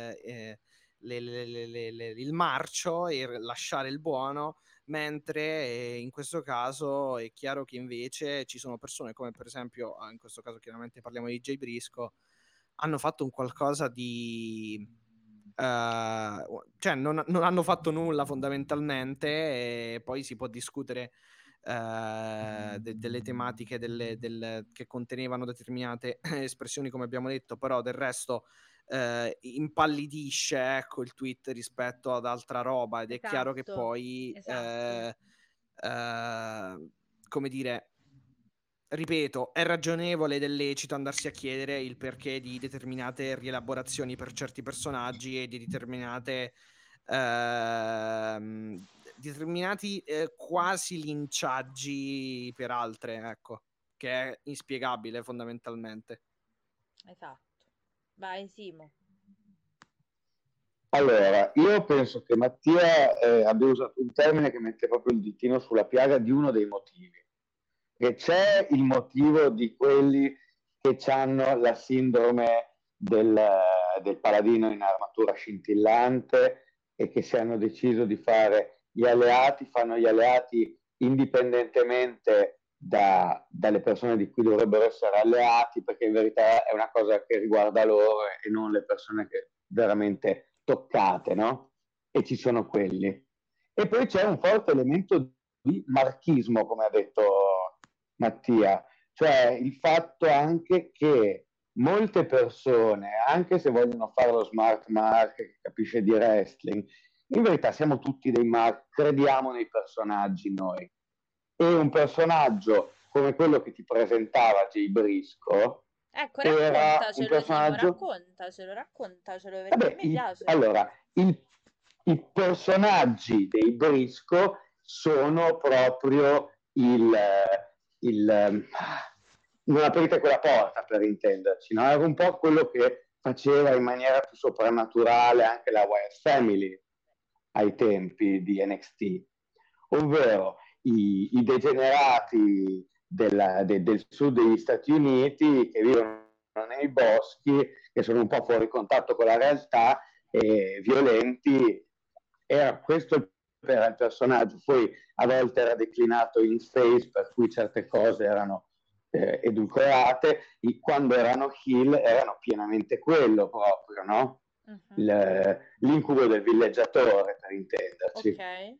il marcio e lasciare il buono, mentre in questo caso è chiaro che invece ci sono persone come per esempio, in questo caso chiaramente parliamo di Jay Briscoe, hanno fatto un qualcosa di cioè non hanno fatto nulla fondamentalmente, e poi si può discutere delle tematiche che contenevano determinate espressioni, come abbiamo detto, però del resto impallidisce, ecco, il tweet rispetto ad altra roba, ed è chiaro che Esatto, poi esatto. come dire, ripeto, è ragionevole ed è lecito andarsi a chiedere il perché di determinate rielaborazioni per certi personaggi e di determinati quasi linciaggi per altre, ecco, che è inspiegabile fondamentalmente. Esatto. Vai, Simo. Allora, io penso che Mattia abbia usato un termine che mette proprio il ditino sulla piaga di uno dei motivi. Che c'è il motivo di quelli che hanno la sindrome del paladino in armatura scintillante e che se hanno deciso di fare gli alleati, fanno gli alleati indipendentemente dalle persone di cui dovrebbero essere alleati, perché in verità è una cosa che riguarda loro e non le persone che veramente toccate, no? E ci sono quelli. E poi c'è un forte elemento di marchismo, come ha detto Mattia, cioè il fatto anche che molte persone, anche se vogliono fare lo smart mark che capisce di wrestling, in verità siamo tutti dei mark, crediamo nei personaggi noi. E un personaggio come quello che ti presentava Jay Briscoe Ecco, era un raccontacelo, Simo, personaggio. raccontacelo, perché a Vabbè, me piace. allora, i personaggi dei Briscoe sono proprio non aprite quella porta, per intenderci, no? Era un po' quello che faceva in maniera più soprannaturale anche la Wyatt Family ai tempi di NXT, ovvero i degenerati del sud degli Stati Uniti che vivono nei boschi, che sono un po' fuori contatto con la realtà e violenti. Era questo era il personaggio, poi a volte era declinato in face, per cui certe cose erano edulcorate, e quando erano heel erano pienamente quello proprio, no? L'incubo del villeggiatore, per intenderci. Ok.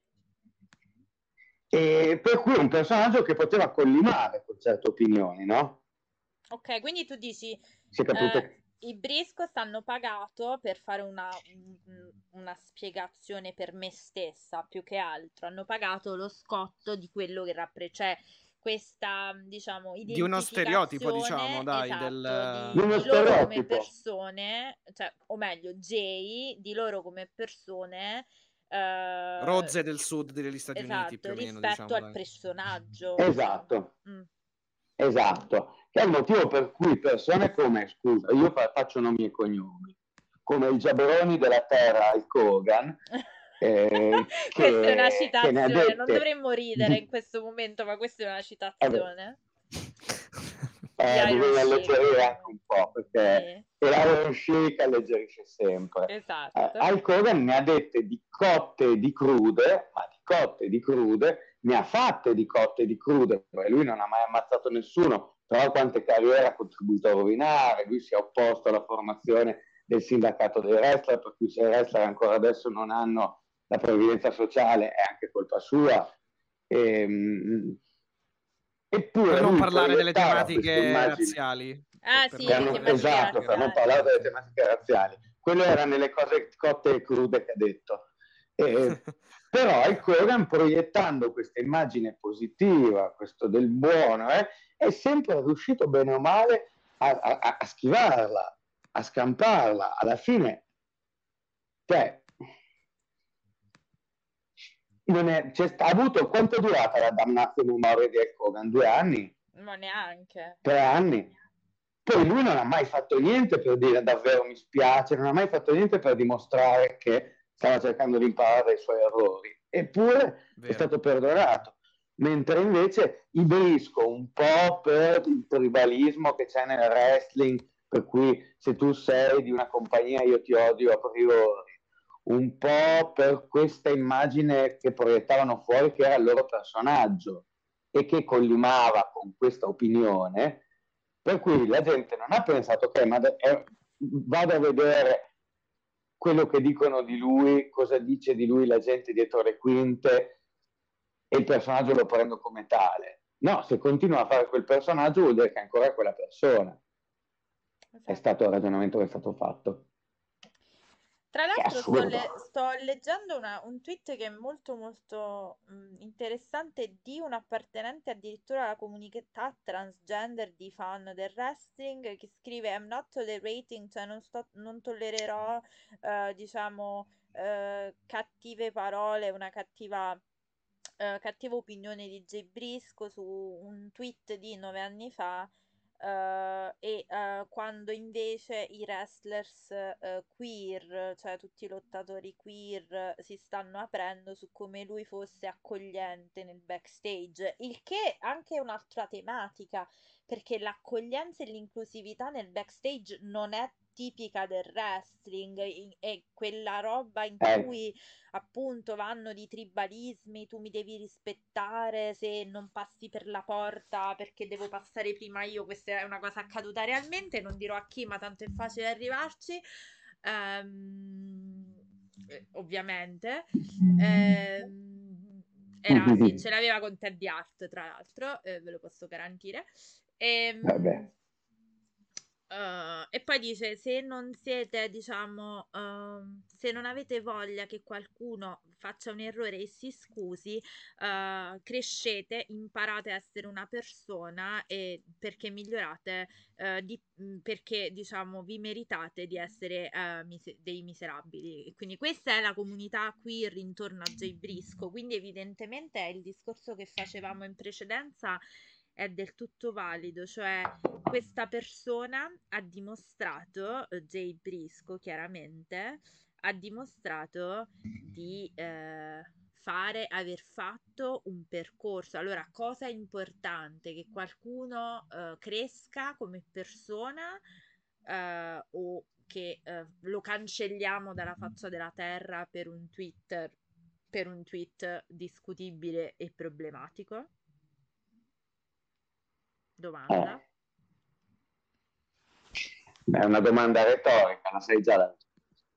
E per cui è un personaggio che poteva collimare con certe opinioni, no? Ok, quindi tu dici Si è capito? i Briscoe stanno pagato per fare una spiegazione per me stessa, più che altro. Hanno pagato lo scotto di quello che cioè questa, diciamo, Di uno stereotipo, diciamo, identificazione, dai, esatto, Di uno di loro come stereotipo. persone, cioè, o meglio, Jay, di loro come persone, rozze del sud degli Stati Uniti, esatto, più o meno, rispetto diciamo, al dai. personaggio. Esatto, Mm. esatto. Che è il motivo per cui persone come, scusa, io faccio nomi e cognomi, come il Giaberoni della Terra, Hulk Hogan, Questa è una che ne ha citazione, non dette dovremmo ridere in questo momento, ma questa è una citazione di Iron bisogna alleggerire Sheik. anche un po', perché Sì, l'Iron Sheik alleggerisce sempre. esatto. Hulk Hogan ne ha dette di cotte e di crude, ma di cotte e di crude, ne ha fatte di cotte e di crude, perché lui non ha mai ammazzato nessuno, però quante carriere ha contribuito a rovinare, lui si è opposto alla formazione del sindacato dei wrestler, per cui se i wrestler ancora adesso non hanno la previdenza sociale è anche colpa sua. Eppure Per non lui parlare delle proiettava questa tematiche immagine. razziali. Ah Per sì, non le parlare tematiche Esatto, per non parlare delle razziali. tematiche razziali. Quello era nelle cose cotte e crude che ha detto. Però il Kogan, proiettando questa immagine positiva, questo del buono, è sempre riuscito bene o male a schivarla, a scamparla. Alla fine, cioè, ha avuto, quanto è durata la damnazio memoria di Hulk Hogan? 2 anni? Ma neanche. 3 anni. Poi lui non ha mai fatto niente per dire davvero mi spiace, non ha mai fatto niente per dimostrare che stava cercando di imparare dai suoi errori. Eppure è stato perdonato. Mentre invece i Briscoe, un po' per il tribalismo che c'è nel wrestling, per cui se tu sei di una compagnia io ti odio a priori, un po' per questa immagine che proiettavano fuori che era il loro personaggio e che collimava con questa opinione, per cui la gente non ha pensato che vado a vedere quello che dicono di lui, cosa dice di lui la gente dietro le quinte e il personaggio lo prendo come tale. No, se continua a fare quel personaggio vuol dire che è ancora quella persona. È stato il ragionamento che è stato fatto. Tra È l'altro assurdo. sto leggendo un tweet che è molto molto interessante di un appartenente addirittura alla comunità transgender di fan del wrestling che scrive I'm not tolerating, cioè non tollererò diciamo cattive parole, una cattiva opinione di Jay Briscoe su un tweet di 9 anni fa. Quando invece i wrestlers queer, cioè tutti i lottatori queer, si stanno aprendo su come lui fosse accogliente nel backstage, il che anche è un'altra tematica, perché l'accoglienza e l'inclusività nel backstage non è tipica del wrestling, è quella roba in cui appunto vanno di tribalismi, tu mi devi rispettare se non passi per la porta perché devo passare prima io, questa è una cosa accaduta realmente, non dirò a chi, ma tanto è facile arrivarci. Ovviamente. Sì, ce l'aveva con Teddy Hart, tra l'altro, ve lo posso garantire. Vabbè. E poi dice: se non siete, diciamo, se non avete voglia che qualcuno faccia un errore e si scusi, crescete, imparate a essere una persona e perché migliorate, perché diciamo vi meritate di essere dei miserabili. E quindi questa è la comunità queer intorno a Jay Briscoe. Quindi evidentemente è il discorso che facevamo in precedenza è del tutto valido, cioè questa persona ha dimostrato, Jay Briscoe chiaramente, ha dimostrato di aver fatto un percorso. Allora, cosa è importante? Che qualcuno cresca come persona o che lo cancelliamo dalla faccia della terra per un tweet discutibile e problematico? Domanda. È una domanda retorica, la sai già la risposta.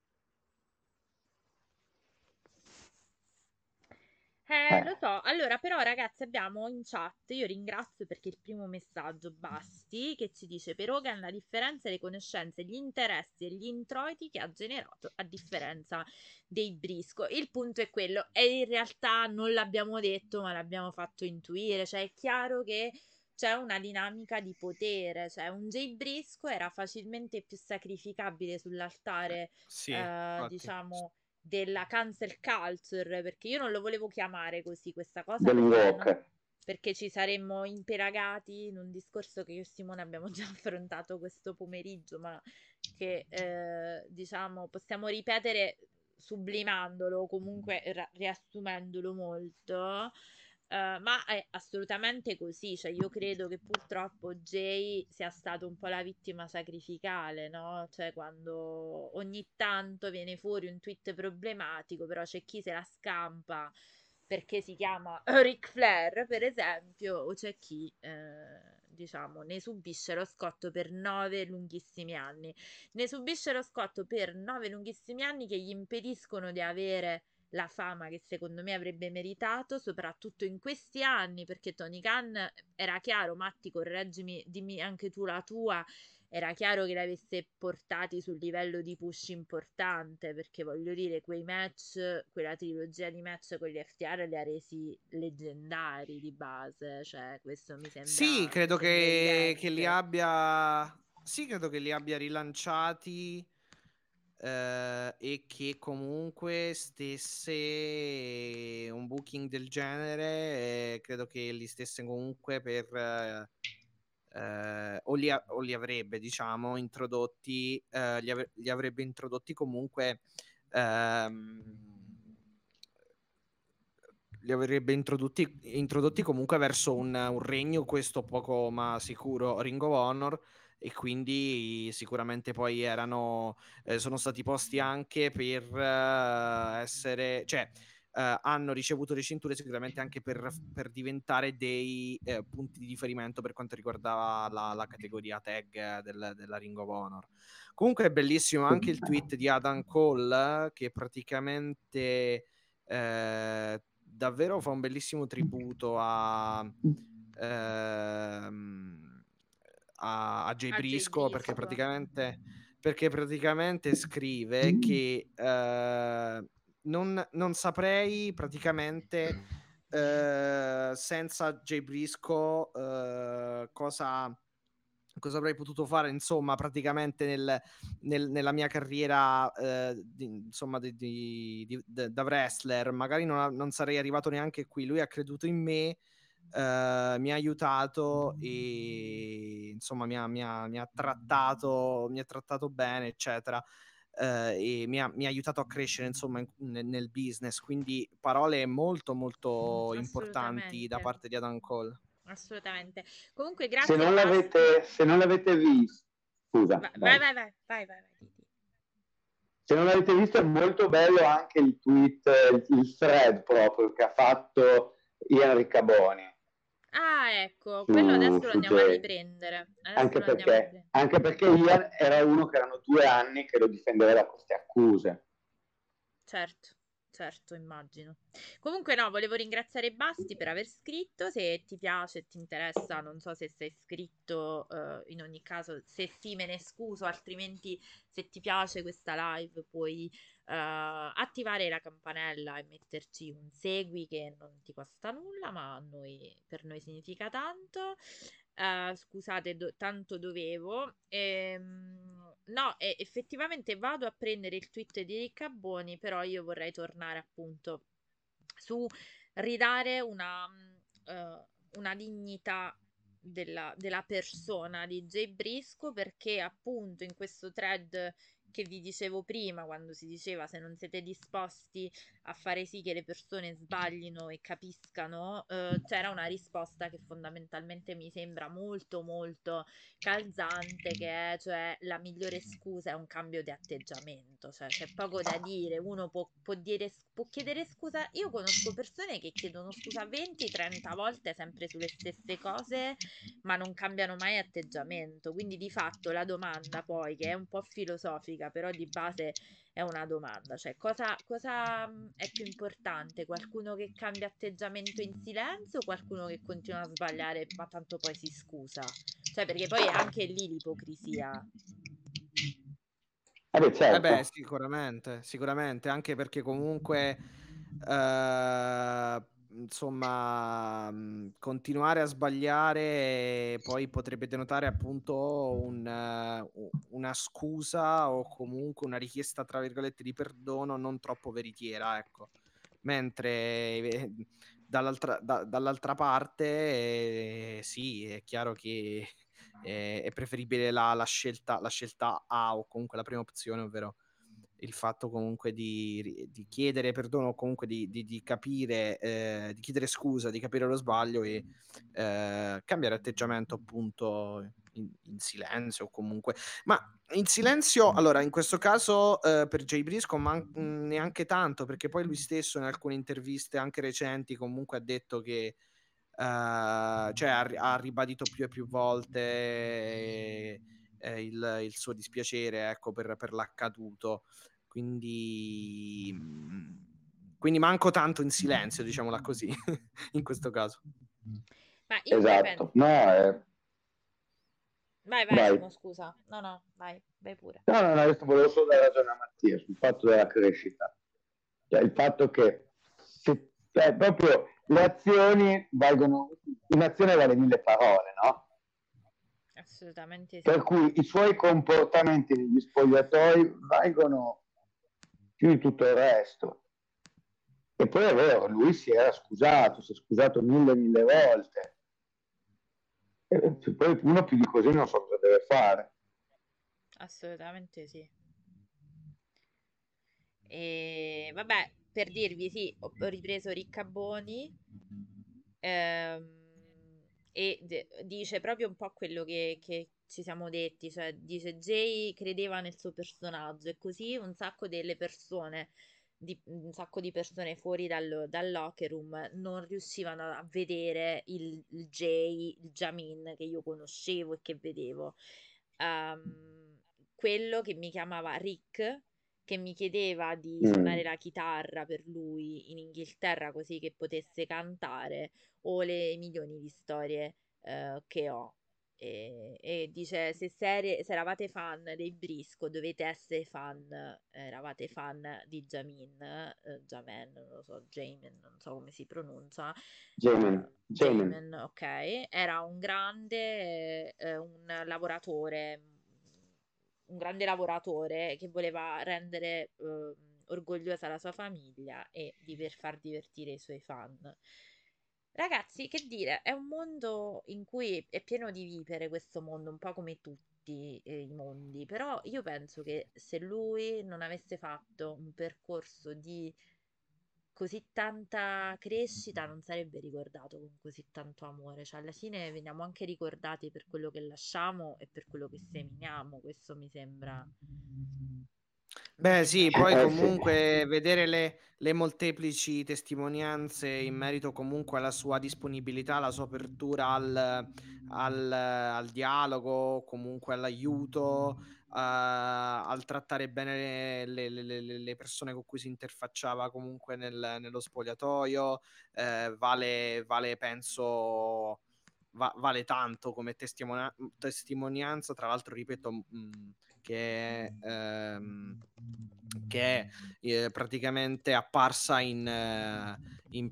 Lo so. Allora, però, ragazzi, abbiamo in chat, io ringrazio perché il primo messaggio, Basti, che ci dice: per Hogan la differenza è le conoscenze, gli interessi e gli introiti che ha generato, a differenza dei Brisco. Il punto è quello, e in realtà non l'abbiamo detto, ma l'abbiamo fatto intuire, cioè è chiaro che c'è una dinamica di potere, cioè un Jay Brisco era facilmente più sacrificabile sull'altare, Sì, infatti. diciamo della cancel culture, perché io non lo volevo chiamare così questa cosa Del perché, walk. perché ci saremmo impelagati in un discorso che io e Simone abbiamo già affrontato questo pomeriggio, ma che diciamo possiamo ripetere sublimandolo, comunque riassumendolo molto. Ma è assolutamente così, cioè io credo che purtroppo Jay sia stato un po' la vittima sacrificale, no? Cioè quando ogni tanto viene fuori un tweet problematico, però c'è chi se la scampa perché si chiama Ric Flair, per esempio, o c'è chi, diciamo, ne subisce lo scotto per 9 lunghissimi anni. Ne subisce lo scotto per 9 lunghissimi anni che gli impediscono di avere la fama che secondo me avrebbe meritato, soprattutto in questi anni, perché Tony Khan era chiaro, Matti, correggimi, dimmi anche tu la tua, era chiaro che l'avesse portati sul livello di push importante, perché voglio dire, quei match, quella trilogia di match con gli FTR li ha resi leggendari di base, cioè questo Sì, mi credo sembra che li evidente. abbia. Sì, credo che li abbia rilanciati e che comunque stesse un booking del genere, credo che li stesse comunque per o li avrebbe, diciamo, introdotti, li avrebbe introdotti comunque. ehm, Li avrebbe introdotti comunque verso un regno, questo poco ma sicuro, Ring of Honor, e quindi sicuramente poi sono stati posti anche per essere, cioè hanno ricevuto le cinture sicuramente anche per diventare dei punti di riferimento per quanto riguardava la categoria tag della Ring of Honor. Comunque è bellissimo anche il tweet di Adam Cole che praticamente davvero fa un bellissimo tributo a Jay A Jay Briscoe perché Briscoe. praticamente scrive che non saprei praticamente senza Jay Briscoe cosa avrei potuto fare, insomma, praticamente nella mia carriera insomma da wrestler. Magari non sarei arrivato neanche qui. Lui ha creduto in me, mi ha aiutato e insomma mi ha trattato bene, eccetera. E mi ha aiutato a crescere, insomma, nel business. Quindi parole molto molto importanti da Assolutamente, parte di Adam Cole. assolutamente. Comunque, Se grazie non Basti. se non l'avete visto, scusa, Vai, vai. vai, vai, vai, vai, vai, Titi. Se non l'avete visto è molto bello anche il tweet, il thread proprio che ha fatto Ian Riccaboni Ah, ecco, quello adesso lo su andiamo a Jay. riprendere. Adesso lo andiamo a riprendere. Anche perché Ian era uno che erano 2 anni che lo difendeva da queste accuse. Certo, certo, immagino. Comunque no, volevo ringraziare Basti per aver scritto, se ti piace, ti interessa, non so se sei iscritto, in ogni caso, se sì me ne scuso, altrimenti se ti piace questa live puoi attivare la campanella e metterci un segui che non ti costa nulla, ma per noi significa tanto. Scusate, tanto dovevo. No, effettivamente vado a prendere il tweet di Riccaboni, però io vorrei tornare appunto su ridare una dignità della persona di Jay Brisco, perché appunto in questo thread che vi dicevo prima, quando si diceva se non siete disposti a fare sì che le persone sbaglino e capiscano, c'era una risposta che fondamentalmente mi sembra molto molto calzante, che è cioè la migliore scusa è un cambio di atteggiamento, cioè c'è poco da dire, uno può chiedere scusa, io conosco persone che chiedono scusa 20-30 volte sempre sulle stesse cose ma non cambiano mai atteggiamento, quindi di fatto la domanda poi, che è un po' filosofica, però di base è una domanda, cioè cosa è più importante? Qualcuno che cambia atteggiamento in silenzio o qualcuno che continua a sbagliare ma tanto poi si scusa? Cioè, perché poi è anche lì l'ipocrisia. Beh, Eh beh, certo. sicuramente, anche perché comunque, insomma, continuare a sbagliare poi potrebbe denotare appunto una scusa o comunque una richiesta, tra virgolette, di perdono non troppo veritiera, ecco. Mentre dall'altra parte, sì, è chiaro che è preferibile la scelta A, o comunque la prima opzione, ovvero il fatto comunque di chiedere perdono o comunque di capire, di chiedere scusa, di capire lo sbaglio e cambiare atteggiamento appunto in silenzio o comunque. Ma in silenzio, allora, in questo caso per Jay Brisco neanche tanto, perché poi lui stesso in alcune interviste anche recenti comunque ha detto che cioè ha ribadito più e più volte il suo dispiacere, ecco, per l'accaduto. Quindi manco tanto in silenzio, diciamola così, in questo caso. Ma io poi penso... Esatto. No, Vai vai. Simo, scusa. No, vai pure. No, adesso volevo solo dare ragione a Mattia sul fatto della crescita. Cioè il fatto che proprio le azioni valgono, un'azione vale 1000 parole, no? Assolutamente sì. Per cui i suoi comportamenti negli spogliatoi valgono più di tutto il resto. E poi è vero, lui si è scusato mille volte. E poi uno più di così non so cosa deve fare. Assolutamente sì. E vabbè, per dirvi, sì, ho ripreso Riccaboni e dice proprio un po' quello che ci siamo detti, cioè dice Jay credeva nel suo personaggio e così un sacco delle persone, un sacco di persone fuori dal locker room non riuscivano a vedere il Jay, il Jamin che io conoscevo e che vedevo. Quello che mi chiamava Rick, che mi chiedeva di suonare la chitarra per lui in Inghilterra così che potesse cantare, o le milioni di storie che ho. E dice: se eravate fan dei Brisco, dovete essere fan, eravate fan di Jamin, non lo so, Jamin, non so come si pronuncia. Jamin. Jamin, ok, era un grande, un grande lavoratore che voleva rendere orgogliosa la sua famiglia e far divertire i suoi fan. Ragazzi, che dire, è un mondo in cui è pieno di vipere questo mondo, un po' come tutti i mondi, però io penso che se lui non avesse fatto un percorso di così tanta crescita non sarebbe ricordato con così tanto amore, cioè alla fine veniamo anche ricordati per quello che lasciamo e per quello che seminiamo, questo mi sembra Beh, sì, poi Sì. comunque vedere le molteplici testimonianze in merito comunque alla sua disponibilità, alla sua apertura al dialogo, comunque all'aiuto, al trattare bene le persone con cui si interfacciava comunque nello spogliatoio. Vale penso vale tanto come testimonianza, tra l'altro ripeto, che è praticamente apparsa in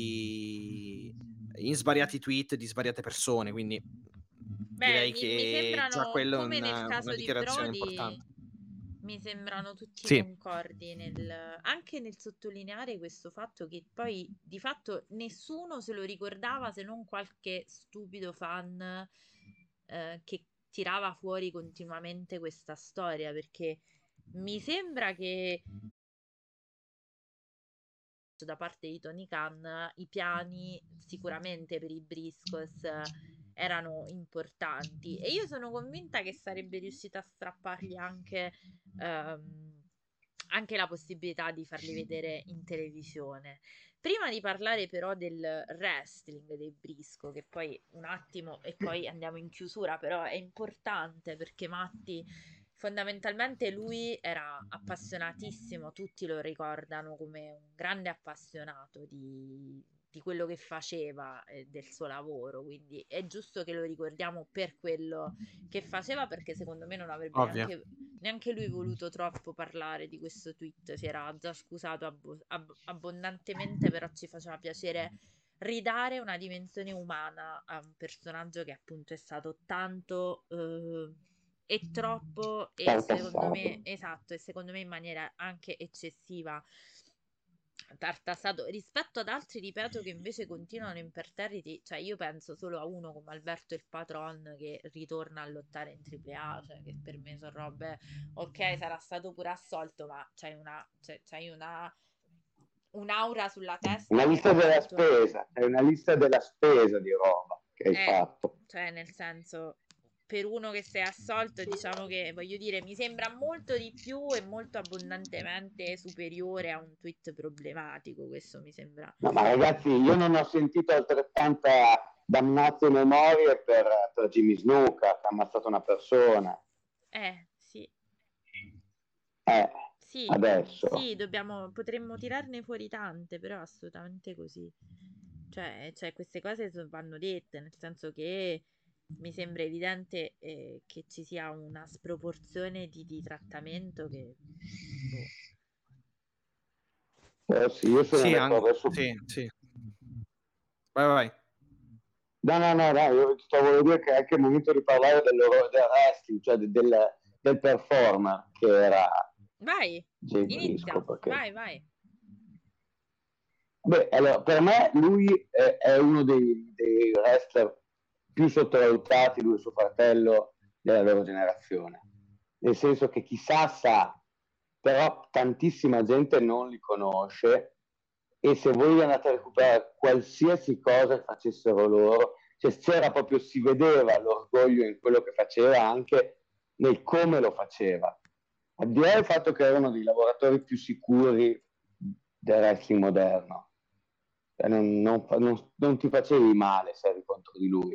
svariati tweet di svariate persone, quindi direi Mi che già sembrano, quello è come nel una caso di dichiarazione Brody, importante. mi sembrano tutti Sì, concordi anche nel sottolineare questo fatto che poi di fatto nessuno se lo ricordava se non qualche stupido fan che tirava fuori continuamente questa storia, perché mi sembra che da parte di Tony Khan i piani sicuramente per i Briscoes erano importanti, e io sono convinta che sarebbe riuscita a strappargli anche la possibilità di farli vedere in televisione. Prima di parlare però del wrestling dei Briscoe, che poi un attimo e poi andiamo in chiusura, però è importante perché Matti fondamentalmente lui era appassionatissimo, tutti lo ricordano come un grande appassionato di quello che faceva e del suo lavoro, quindi è giusto che lo ricordiamo per quello che faceva, perché secondo me non avrebbe ovvio. neanche lui voluto troppo parlare di questo tweet, si era già scusato abbondantemente, però ci faceva piacere ridare una dimensione umana a un personaggio che appunto è stato tanto e troppo, e secondo me, tartassato. esatto, e secondo me in maniera anche eccessiva tartassato rispetto ad altri, ripeto, che invece continuano imperterriti. Cioè io penso solo a uno come Alberto il Patron che ritorna a lottare in AAA, cioè che per me sono robe, ok, sarà stato pure assolto, ma c'hai un'aura sulla testa Una che lista della appunto spesa, è una lista della spesa di roba che hai è, fatto. cioè nel senso, per uno che si è assolto, diciamo che, voglio dire, mi sembra molto di più e molto abbondantemente superiore a un tweet problematico, questo mi sembra. No, ma ragazzi, io non ho sentito altrettanta damnate memorie per Jimmy Snuka, che ha ammazzato una persona. Sì, Eh, sì, adesso. sì, potremmo tirarne fuori tante, però è assolutamente così. Cioè, queste cose vanno dette, nel senso che mi sembra evidente che ci sia una sproporzione di trattamento che, boh. Sì, io sono Sì, d'accordo. Adesso... sì. Vai. No, io ti volevo dire che è anche il momento di parlare del wrestling, cioè del performer che era Vai, Jay inizia, Briscoe, perché vai. beh, allora, per me lui è uno dei wrestler più sottovalutati, lui e suo fratello della loro generazione. Nel senso che chissà sa, però tantissima gente non li conosce, e se voi andate a recuperare qualsiasi cosa che facessero loro, cioè c'era proprio, si vedeva l'orgoglio in quello che faceva, anche nel come lo faceva. Al di là del fatto che erano dei lavoratori più sicuri del wrestling moderno. Non ti facevi male se eri contro di lui.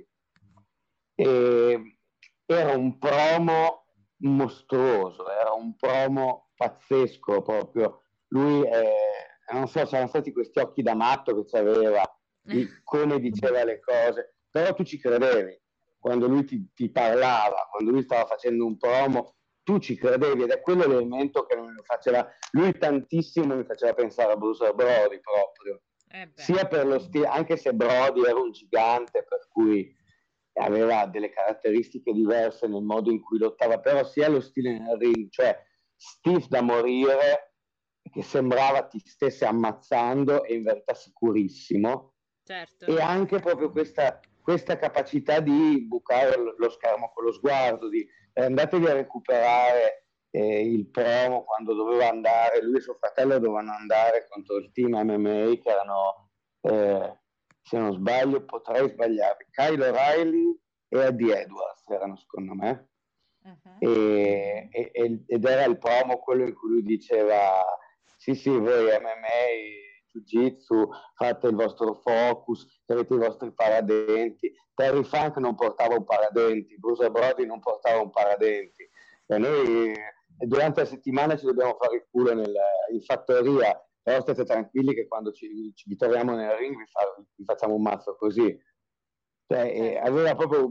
E era un promo mostruoso, era un promo pazzesco proprio. Lui, non so, c'erano stati questi occhi da matto che aveva, di come diceva le cose, però tu ci credevi. Quando lui ti parlava, quando lui stava facendo un promo, tu ci credevi, ed è quello l'elemento che lo faceva lui tantissimo, mi faceva pensare a Bruce Brody proprio, Beh, sia per lo stile, anche se Brody era un gigante, per cui aveva delle caratteristiche diverse nel modo in cui lottava, però sia lo stile nel ring, cioè stiff da morire, che sembrava ti stesse ammazzando e in verità sicurissimo, certo. e anche proprio questa capacità di bucare lo schermo con lo sguardo, di andatevi a recuperare il promo quando doveva andare, lui e suo fratello dovevano andare contro il team MMA che erano, se non sbaglio, potrei sbagliare, Kyle O'Reilly e Eddie Edwards erano, secondo me. Ed era il promo quello in cui lui diceva sì, voi MMA, Jiu-Jitsu, fate il vostro focus, avete i vostri paradenti. Terry Funk non portava un paradenti, Bruce Brody non portava un paradenti, Noi durante la settimana ci dobbiamo fare il culo in fattoria, però state tranquilli che quando ci ritroviamo nel ring vi facciamo un mazzo così. Cioè, aveva proprio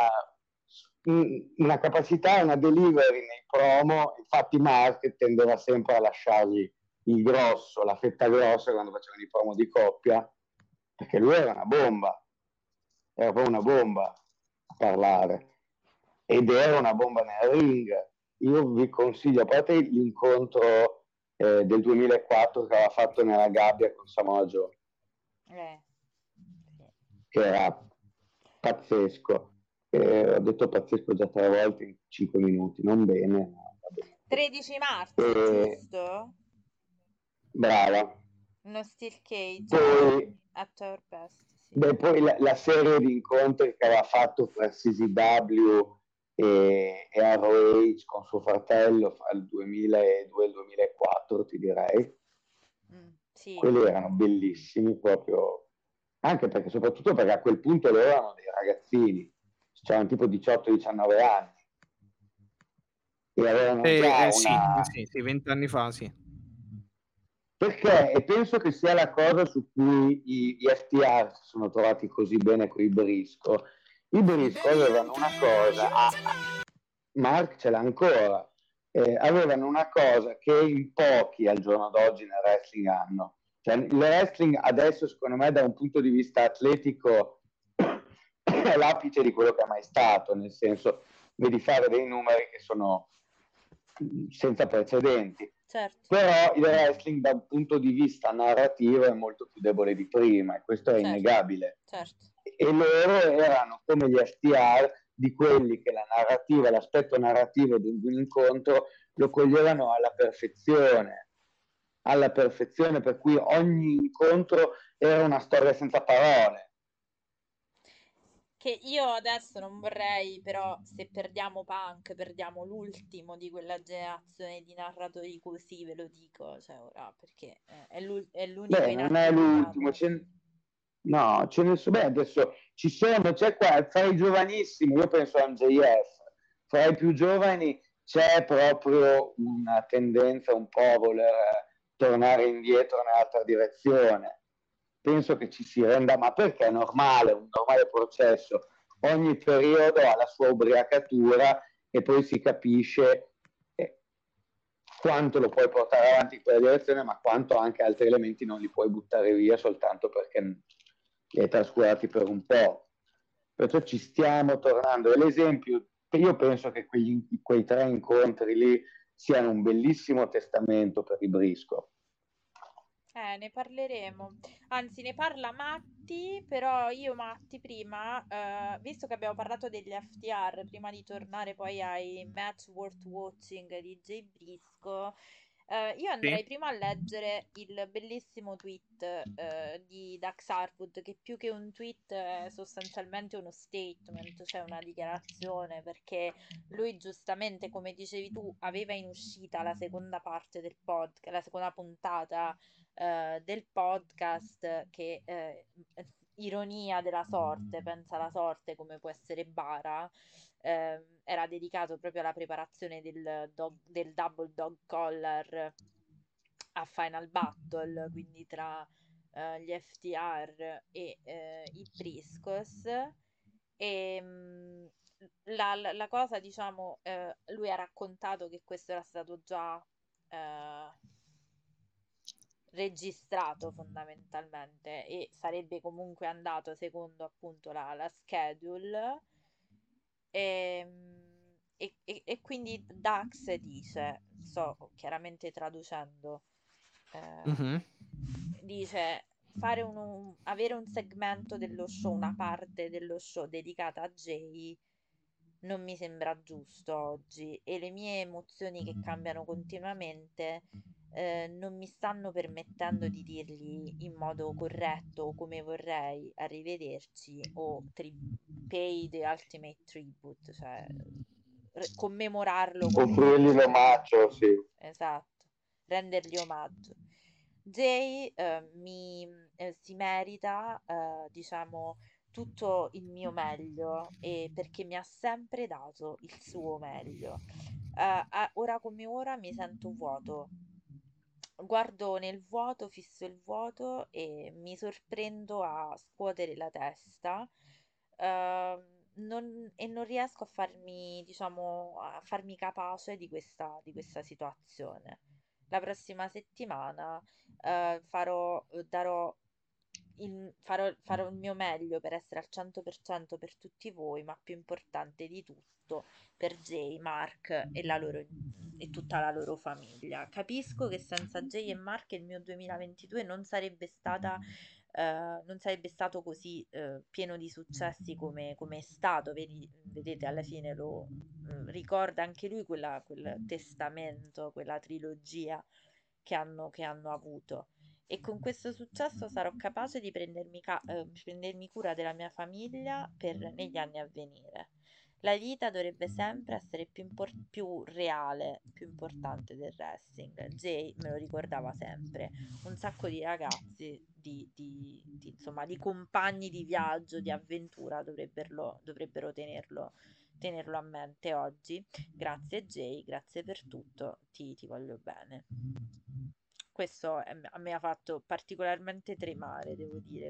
una capacità, una delivery nei promo. Infatti Mark tendeva sempre a lasciargli il grosso, la fetta grossa quando facevano i promo di coppia, perché lui era proprio una bomba a parlare, ed era una bomba nel ring. Io vi consiglio, a parte l'incontro del 2004 che aveva fatto nella gabbia con Samoa Joe, Sì. che era pazzesco. Ho detto pazzesco già 3 volte in 5 minuti, non bene, ma va bene. 13 marzo, giusto? Brava. Uno steel cage Poi, at our best, sì. poi la serie di incontri che aveva fatto tra CZW e ROH con suo fratello fra il 2002 e il 2004, ti direi. Sì. Quelli erano bellissimi proprio, anche perché, soprattutto perché a quel punto loro erano dei ragazzini, c'erano tipo 18-19 anni e avevano già sì, 20 anni fa, sì. Perché, e penso che sia la cosa su cui gli FTR si sono trovati così bene con i Briscoe. I Briscoe avevano una cosa, Mark ce l'ha ancora, avevano una cosa che in pochi al giorno d'oggi nel wrestling hanno. Cioè, il wrestling adesso, secondo me, da un punto di vista atletico, è l'apice di quello che è mai stato, nel senso, vedi fare dei numeri che sono senza precedenti. Certo. Però il wrestling da un punto di vista narrativo è molto più debole di prima, e questo è innegabile. Certo. E loro erano come gli FTR, di quelli che la narrativa, l'aspetto narrativo di un incontro lo coglievano alla perfezione, per cui ogni incontro era una storia senza parole. Che io adesso non vorrei, però se perdiamo Punk, perdiamo l'ultimo di quella generazione di narratori così, ve lo dico, cioè ora, perché è l'unico Beh, in non è attività. l'ultimo, no, ce ne sono, beh, adesso c'è qua, fra i giovanissimi, io penso a MJF, fra i più giovani c'è proprio una tendenza un po' a voler tornare indietro nell'altra direzione. Penso che ci si renda, ma perché è normale, un normale processo. Ogni periodo ha la sua ubriacatura e poi si capisce quanto lo puoi portare avanti in quella direzione, ma quanto anche altri elementi non li puoi buttare via soltanto perché li hai trascurati per un po'. Perciò ci stiamo tornando. E l'esempio, io penso che quei 3 incontri lì siano un bellissimo testamento per i Briscoe. Ne parleremo. Anzi, ne parla Matti, però io Matti prima, visto che abbiamo parlato degli FTR, prima di tornare poi ai match worth watching di Jay Briscoe, io andrei prima a leggere il bellissimo tweet di Dax Harwood, che più che un tweet è sostanzialmente uno statement, cioè una dichiarazione, perché lui giustamente, come dicevi tu, aveva in uscita la seconda parte del podcast, la seconda puntata del podcast che ironia della sorte, pensa alla sorte come può essere bara, era dedicato proprio alla preparazione del double dog collar a Final Battle, quindi tra gli FTR e i Briscoes. E la cosa, diciamo, lui ha raccontato che questo era stato già registrato fondamentalmente e sarebbe comunque andato secondo appunto la schedule. E quindi Dax dice, sto chiaramente traducendo, dice avere un segmento dello show, una parte dello show dedicata a Jay non mi sembra giusto oggi, e le mie emozioni che cambiano continuamente non mi stanno permettendo di dirgli in modo corretto o come vorrei arrivederci o pay the ultimate tribute, cioè commemorarlo come Offrirgli l'omaggio, sì. esatto, rendergli omaggio. Jay si merita, diciamo, tutto il mio meglio, e perché mi ha sempre dato il suo meglio. ora come ora mi sento vuoto. Guardo nel vuoto, fisso il vuoto e mi sorprendo a scuotere la testa, e non riesco a farmi, diciamo, a farmi capace di questa situazione. La prossima settimana farò il mio meglio per essere al 100% per tutti voi, ma più importante di tutto per Jay, Mark e tutta la loro famiglia. Capisco che senza Jay e Mark il mio 2022 non sarebbe stato così pieno di successi come è stato. Vedete, alla fine lo ricorda anche lui quel testamento, quella trilogia che hanno avuto. E con questo successo sarò capace di prendermi cura della mia famiglia negli anni a venire. La vita dovrebbe sempre essere più reale, più importante del wrestling. Jay me lo ricordava sempre. Un sacco di ragazzi, insomma, di compagni di viaggio, di avventura dovrebbero tenerlo a mente oggi. Grazie Jay, grazie per tutto, ti voglio bene. Questo a me ha fatto particolarmente tremare, devo dire,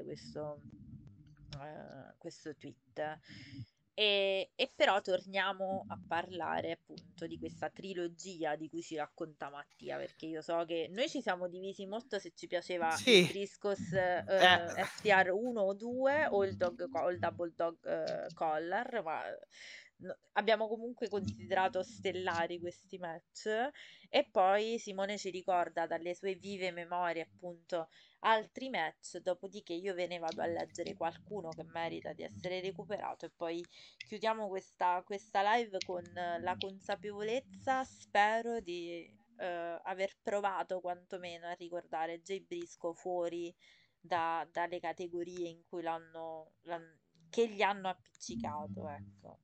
questo tweet. E però torniamo a parlare appunto di questa trilogia di cui ci racconta Mattia, perché io so che noi ci siamo divisi molto se ci piaceva il Sì, Briscoes FTR 1 o 2 o il Double Dog Collar, ma abbiamo comunque considerato stellari questi match. E poi Simone ci ricorda dalle sue vive memorie appunto altri match, dopodiché io ve ne vado a leggere qualcuno che merita di essere recuperato e poi chiudiamo questa live con la consapevolezza, spero, di aver provato quantomeno a ricordare Jay Briscoe fuori dalle categorie in cui che gli hanno appiccicato, ecco.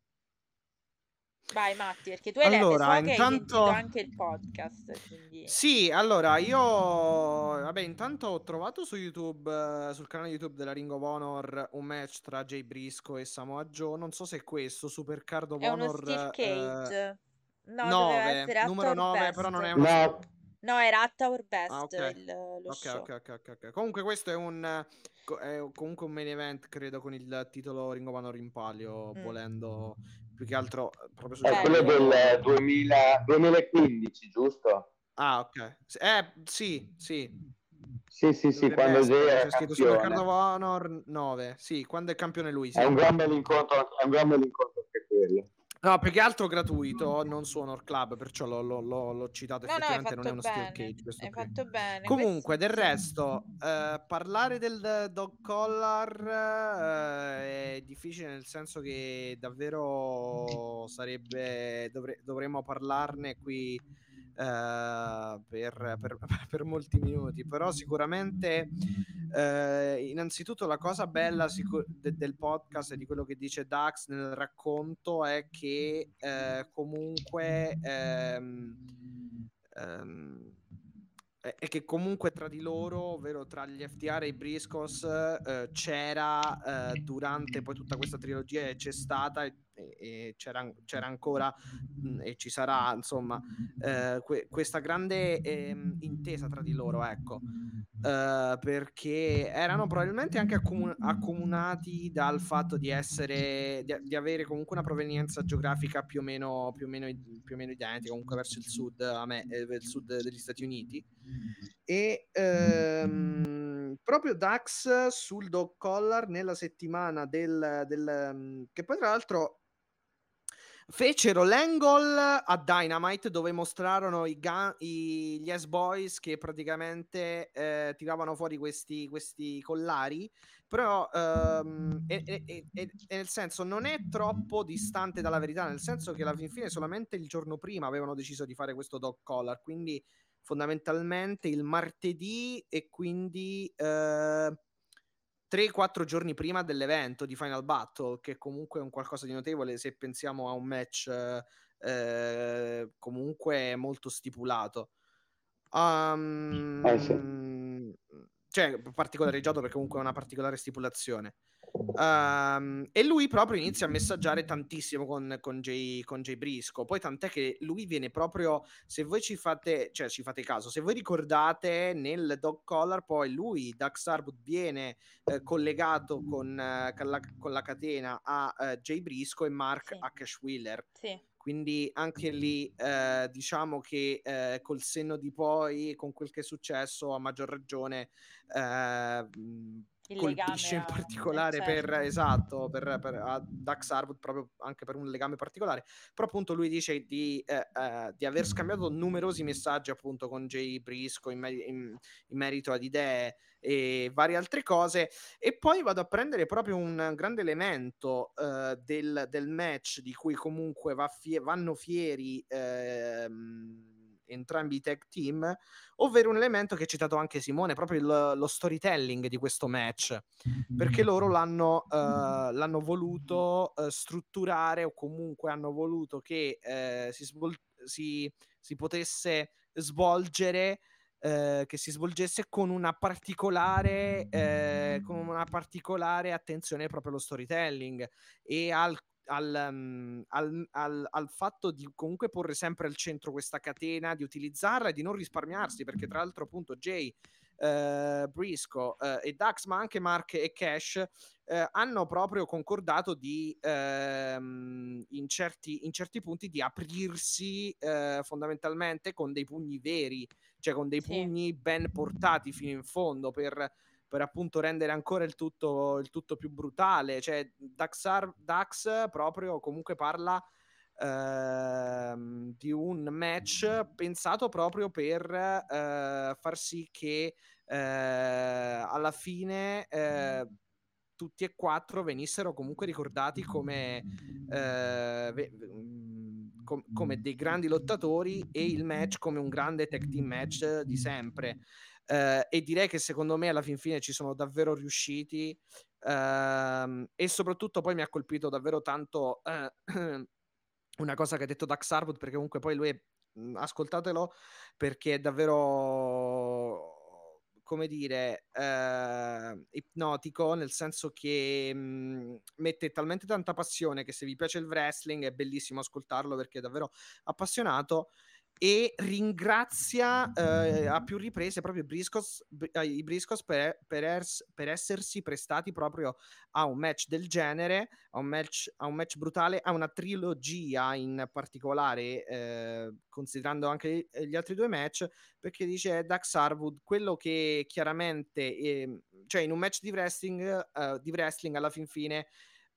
Vai Matti, perché allora, so che hai sentito intanto... anche il podcast, quindi... Sì, allora io, vabbè, intanto ho trovato su YouTube, sul canale YouTube della Ring of Honor, un match tra Jay Briscoe e Samoa Joe. Non so se è questo, Super Card of È uno steel Honor cage. No, doveva 9, essere Atta numero or 9, però non è Best. uno... No, No, era Atta or Ah, Best ok. lo Ok, show. ok, ok, ok, ok. Comunque questo è comunque un main event, credo, con il titolo Ring of Honor in palio, Mm. volendo, più che altro proprio su è Bello, quello Ring of del bello. Honor. 2015, giusto? Ah, ok. Sì, sì. Sì, Dovrebbe quando Jay essere. era C'è scritto Super Card of campione. Honor 9. Sì, quando è campione lui, È sì. un gran bel incontro, anche quello. No, più che altro gratuito, non su Honor Club, perciò l'ho citato. No, hai Effettivamente non è fatto uno steel bene. cage questo Hai qui. fatto bene. Comunque, del Sì. resto, parlare del dog collar è difficile, nel senso che davvero dovremmo parlarne qui per molti minuti. Però sicuramente, innanzitutto, la cosa bella del podcast e di quello che dice Dax nel racconto è che comunque è che comunque tra di loro, ovvero tra gli FTR e i Briscoes, c'era durante poi tutta questa trilogia, e c'è stata e c'era ancora e ci sarà, insomma, questa grande intesa tra di loro, ecco. Perché erano probabilmente anche accomunati dal fatto di avere comunque una provenienza geografica più o meno identica, comunque verso il sud, il sud degli Stati Uniti. E proprio Dax sul dog collar nella settimana che poi tra l'altro fecero l'angle a Dynamite, dove mostrarono gli S-Boys che praticamente tiravano fuori questi collari, però nel senso non è troppo distante dalla verità, nel senso che alla fine solamente il giorno prima avevano deciso di fare questo dog collar, quindi fondamentalmente il martedì, e quindi 3-4 giorni prima dell'evento di Final Battle, che comunque è un qualcosa di notevole se pensiamo a un match comunque molto stipulato. Sì. Cioè, particolareggiato, perché comunque è una particolare stipulazione. E lui proprio inizia a messaggiare tantissimo con Jay Briscoe. Poi tant'è che lui viene proprio, se voi ci fate caso, se voi ricordate nel dog collar, poi lui, Dax Harwood, viene collegato con la catena a Jay Briscoe e Mark Sì, a Cash Wheeler. sì, Quindi anche lì diciamo che col senno di poi, con quel che è successo, a maggior ragione il colpisce legame in particolare certo. per a Dax Harwood, proprio anche per un legame particolare. Però appunto lui dice di aver scambiato numerosi messaggi appunto con Jay Briscoe in merito ad idee e varie altre cose. E poi vado a prendere proprio un grande elemento del match, di cui comunque vanno fieri entrambi i tag team, ovvero un elemento che ha citato anche Simone, proprio lo storytelling di questo match, perché loro l'hanno voluto strutturare, o comunque hanno voluto che si potesse svolgere, che si svolgesse con una particolare attenzione proprio allo storytelling e al fatto di comunque porre sempre al centro questa catena, di utilizzarla e di non risparmiarsi, perché tra l'altro appunto Jay, Briscoe e Dax, ma anche Mark e Cash hanno proprio concordato in certi punti di aprirsi fondamentalmente con dei pugni veri, cioè con dei Sì, pugni ben portati fino in fondo per appunto rendere ancora il tutto più brutale. Cioè Dax proprio comunque parla di un match pensato proprio per far sì che alla fine tutti e quattro venissero comunque ricordati come dei grandi lottatori, e il match come un grande tag team match di sempre. E direi che secondo me alla fin fine ci sono davvero riusciti, e soprattutto poi mi ha colpito davvero tanto una cosa che ha detto Dax Harwood, perché comunque poi lui ascoltatelo, perché è davvero, come dire, ipnotico, nel senso che mette talmente tanta passione che se vi piace il wrestling è bellissimo ascoltarlo, perché è davvero appassionato, e ringrazia a più riprese proprio i Briscoes per essersi prestati proprio a un match del genere, a un match brutale, a una trilogia in particolare, considerando anche gli altri due match, perché dice Dax Harwood quello che chiaramente, cioè in un match di wrestling alla fin fine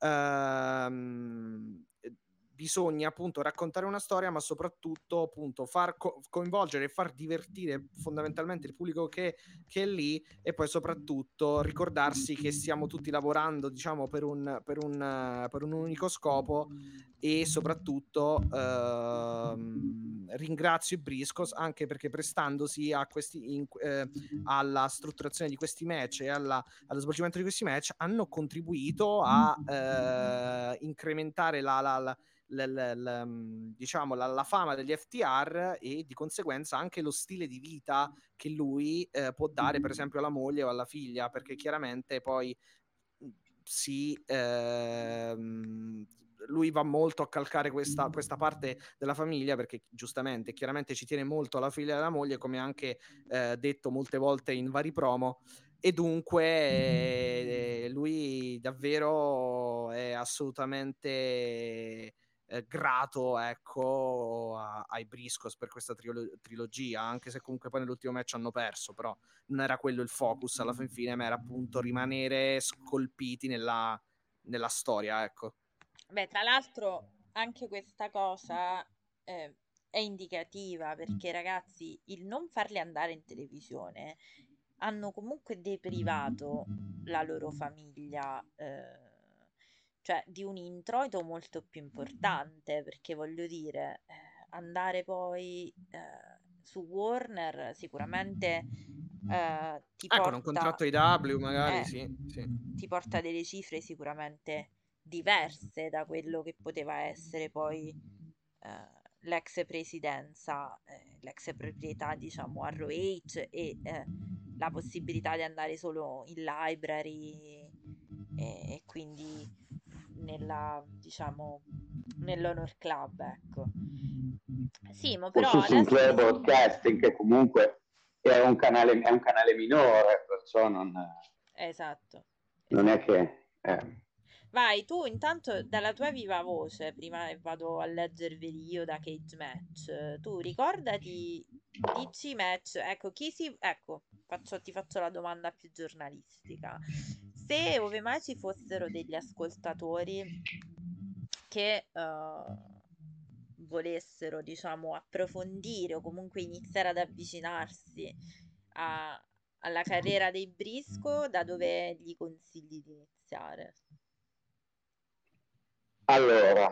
bisogna appunto raccontare una storia, ma soprattutto appunto far coinvolgere e far divertire fondamentalmente il pubblico che è lì, e poi soprattutto ricordarsi che stiamo tutti lavorando, diciamo, per un unico scopo. E soprattutto ringrazio i Briscoes anche perché, prestandosi a alla strutturazione di questi match e allo svolgimento di questi match, hanno contribuito a incrementare diciamo la fama degli FTR, e di conseguenza anche lo stile di vita che lui può dare per esempio alla moglie o alla figlia, perché chiaramente poi si lui va molto a calcare questa parte della famiglia, perché giustamente chiaramente ci tiene molto alla figlia e alla moglie, come anche detto molte volte in vari promo, e dunque lui davvero è assolutamente grato, ecco, ai Briscoes per questa trilogia, anche se comunque poi nell'ultimo match hanno perso, però non era quello il focus alla fin fine, ma era appunto rimanere scolpiti nella storia, ecco. beh, tra l'altro anche questa cosa è indicativa perché ragazzi, il non farli andare in televisione hanno comunque deprivato la loro famiglia, cioè di un introito molto più importante, perché voglio dire, andare poi su Warner sicuramente Con un contratto IW magari, eh, sì, sì. ti porta delle cifre sicuramente diverse da quello che poteva essere poi l'ex presidenza, l'ex proprietà, diciamo, ROH e la possibilità di andare solo in library e quindi diciamo, nell'Honor Club, ecco. Simo, O però su Sinclair adesso... Broadcasting, che comunque è un canale minore, perciò Esatto, non è esatto. che... Vai, tu intanto dalla tua viva voce, prima che vado a leggervi io da Cage Match, tu ricordati, dici match, ecco, ecco, ti faccio la domanda più giornalistica. Se ove mai ci fossero degli ascoltatori che volessero, diciamo, approfondire o comunque iniziare ad avvicinarsi alla carriera dei Brisco, da dove gli consigli di iniziare? Allora,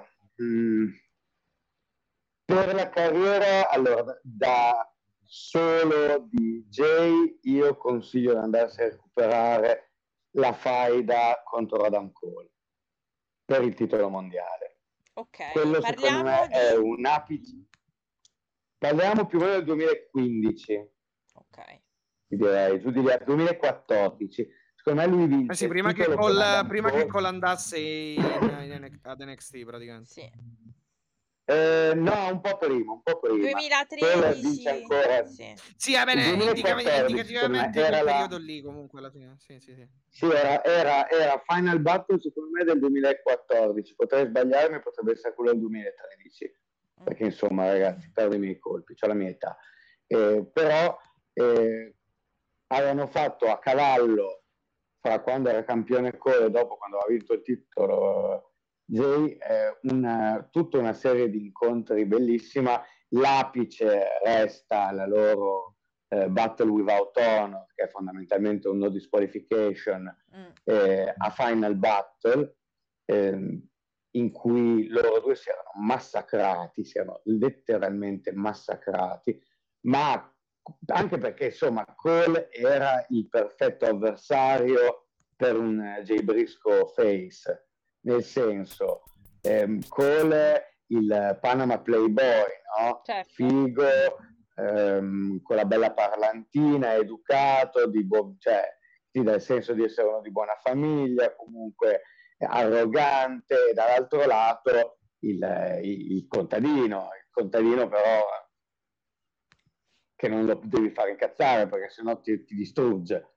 per la carriera, allora, da solo DJ, io consiglio di andarsi a recuperare la faida contro Adam Cole per il titolo mondiale. Ok, Quello secondo parliamo me è di... un apice. Parliamo più o meno del 2015, Ok. direi, giù di lì, 2014. Secondo me lui vince Sì, il titolo con Adam prima che Cole. Cole andasse ad NXT praticamente. Sì. No, un po' prima, un po' prima. Cole vince 2013, ancora. sì. Sì, va Il bene, 2014, secondo me, indicativamente quel periodo lì comunque alla fine. Sì, sì, sì. Sì, era Final Battle secondo me del 2014, potrei sbagliarmi, potrebbe essere quello del 2013, perché insomma ragazzi, perdo i miei colpi, c'ho la mia età. Però avevano fatto a cavallo fra quando era campione Cole e dopo quando aveva vinto il titolo Jay, tutta una serie di incontri bellissima. L'apice resta la loro Battle Without Honor, che è fondamentalmente un no disqualification, a Final Battle, in cui loro due si erano massacrati, si erano letteralmente massacrati, ma anche perché insomma Cole era il perfetto avversario per un Jay Briscoe face, nel senso Cole il Panama Playboy, no? Certo. Figo, con la bella parlantina, educato, cioè ti dà il senso di essere uno di buona famiglia, comunque arrogante, e dall'altro lato il contadino però che non lo devi fare incazzare perché sennò ti distrugge.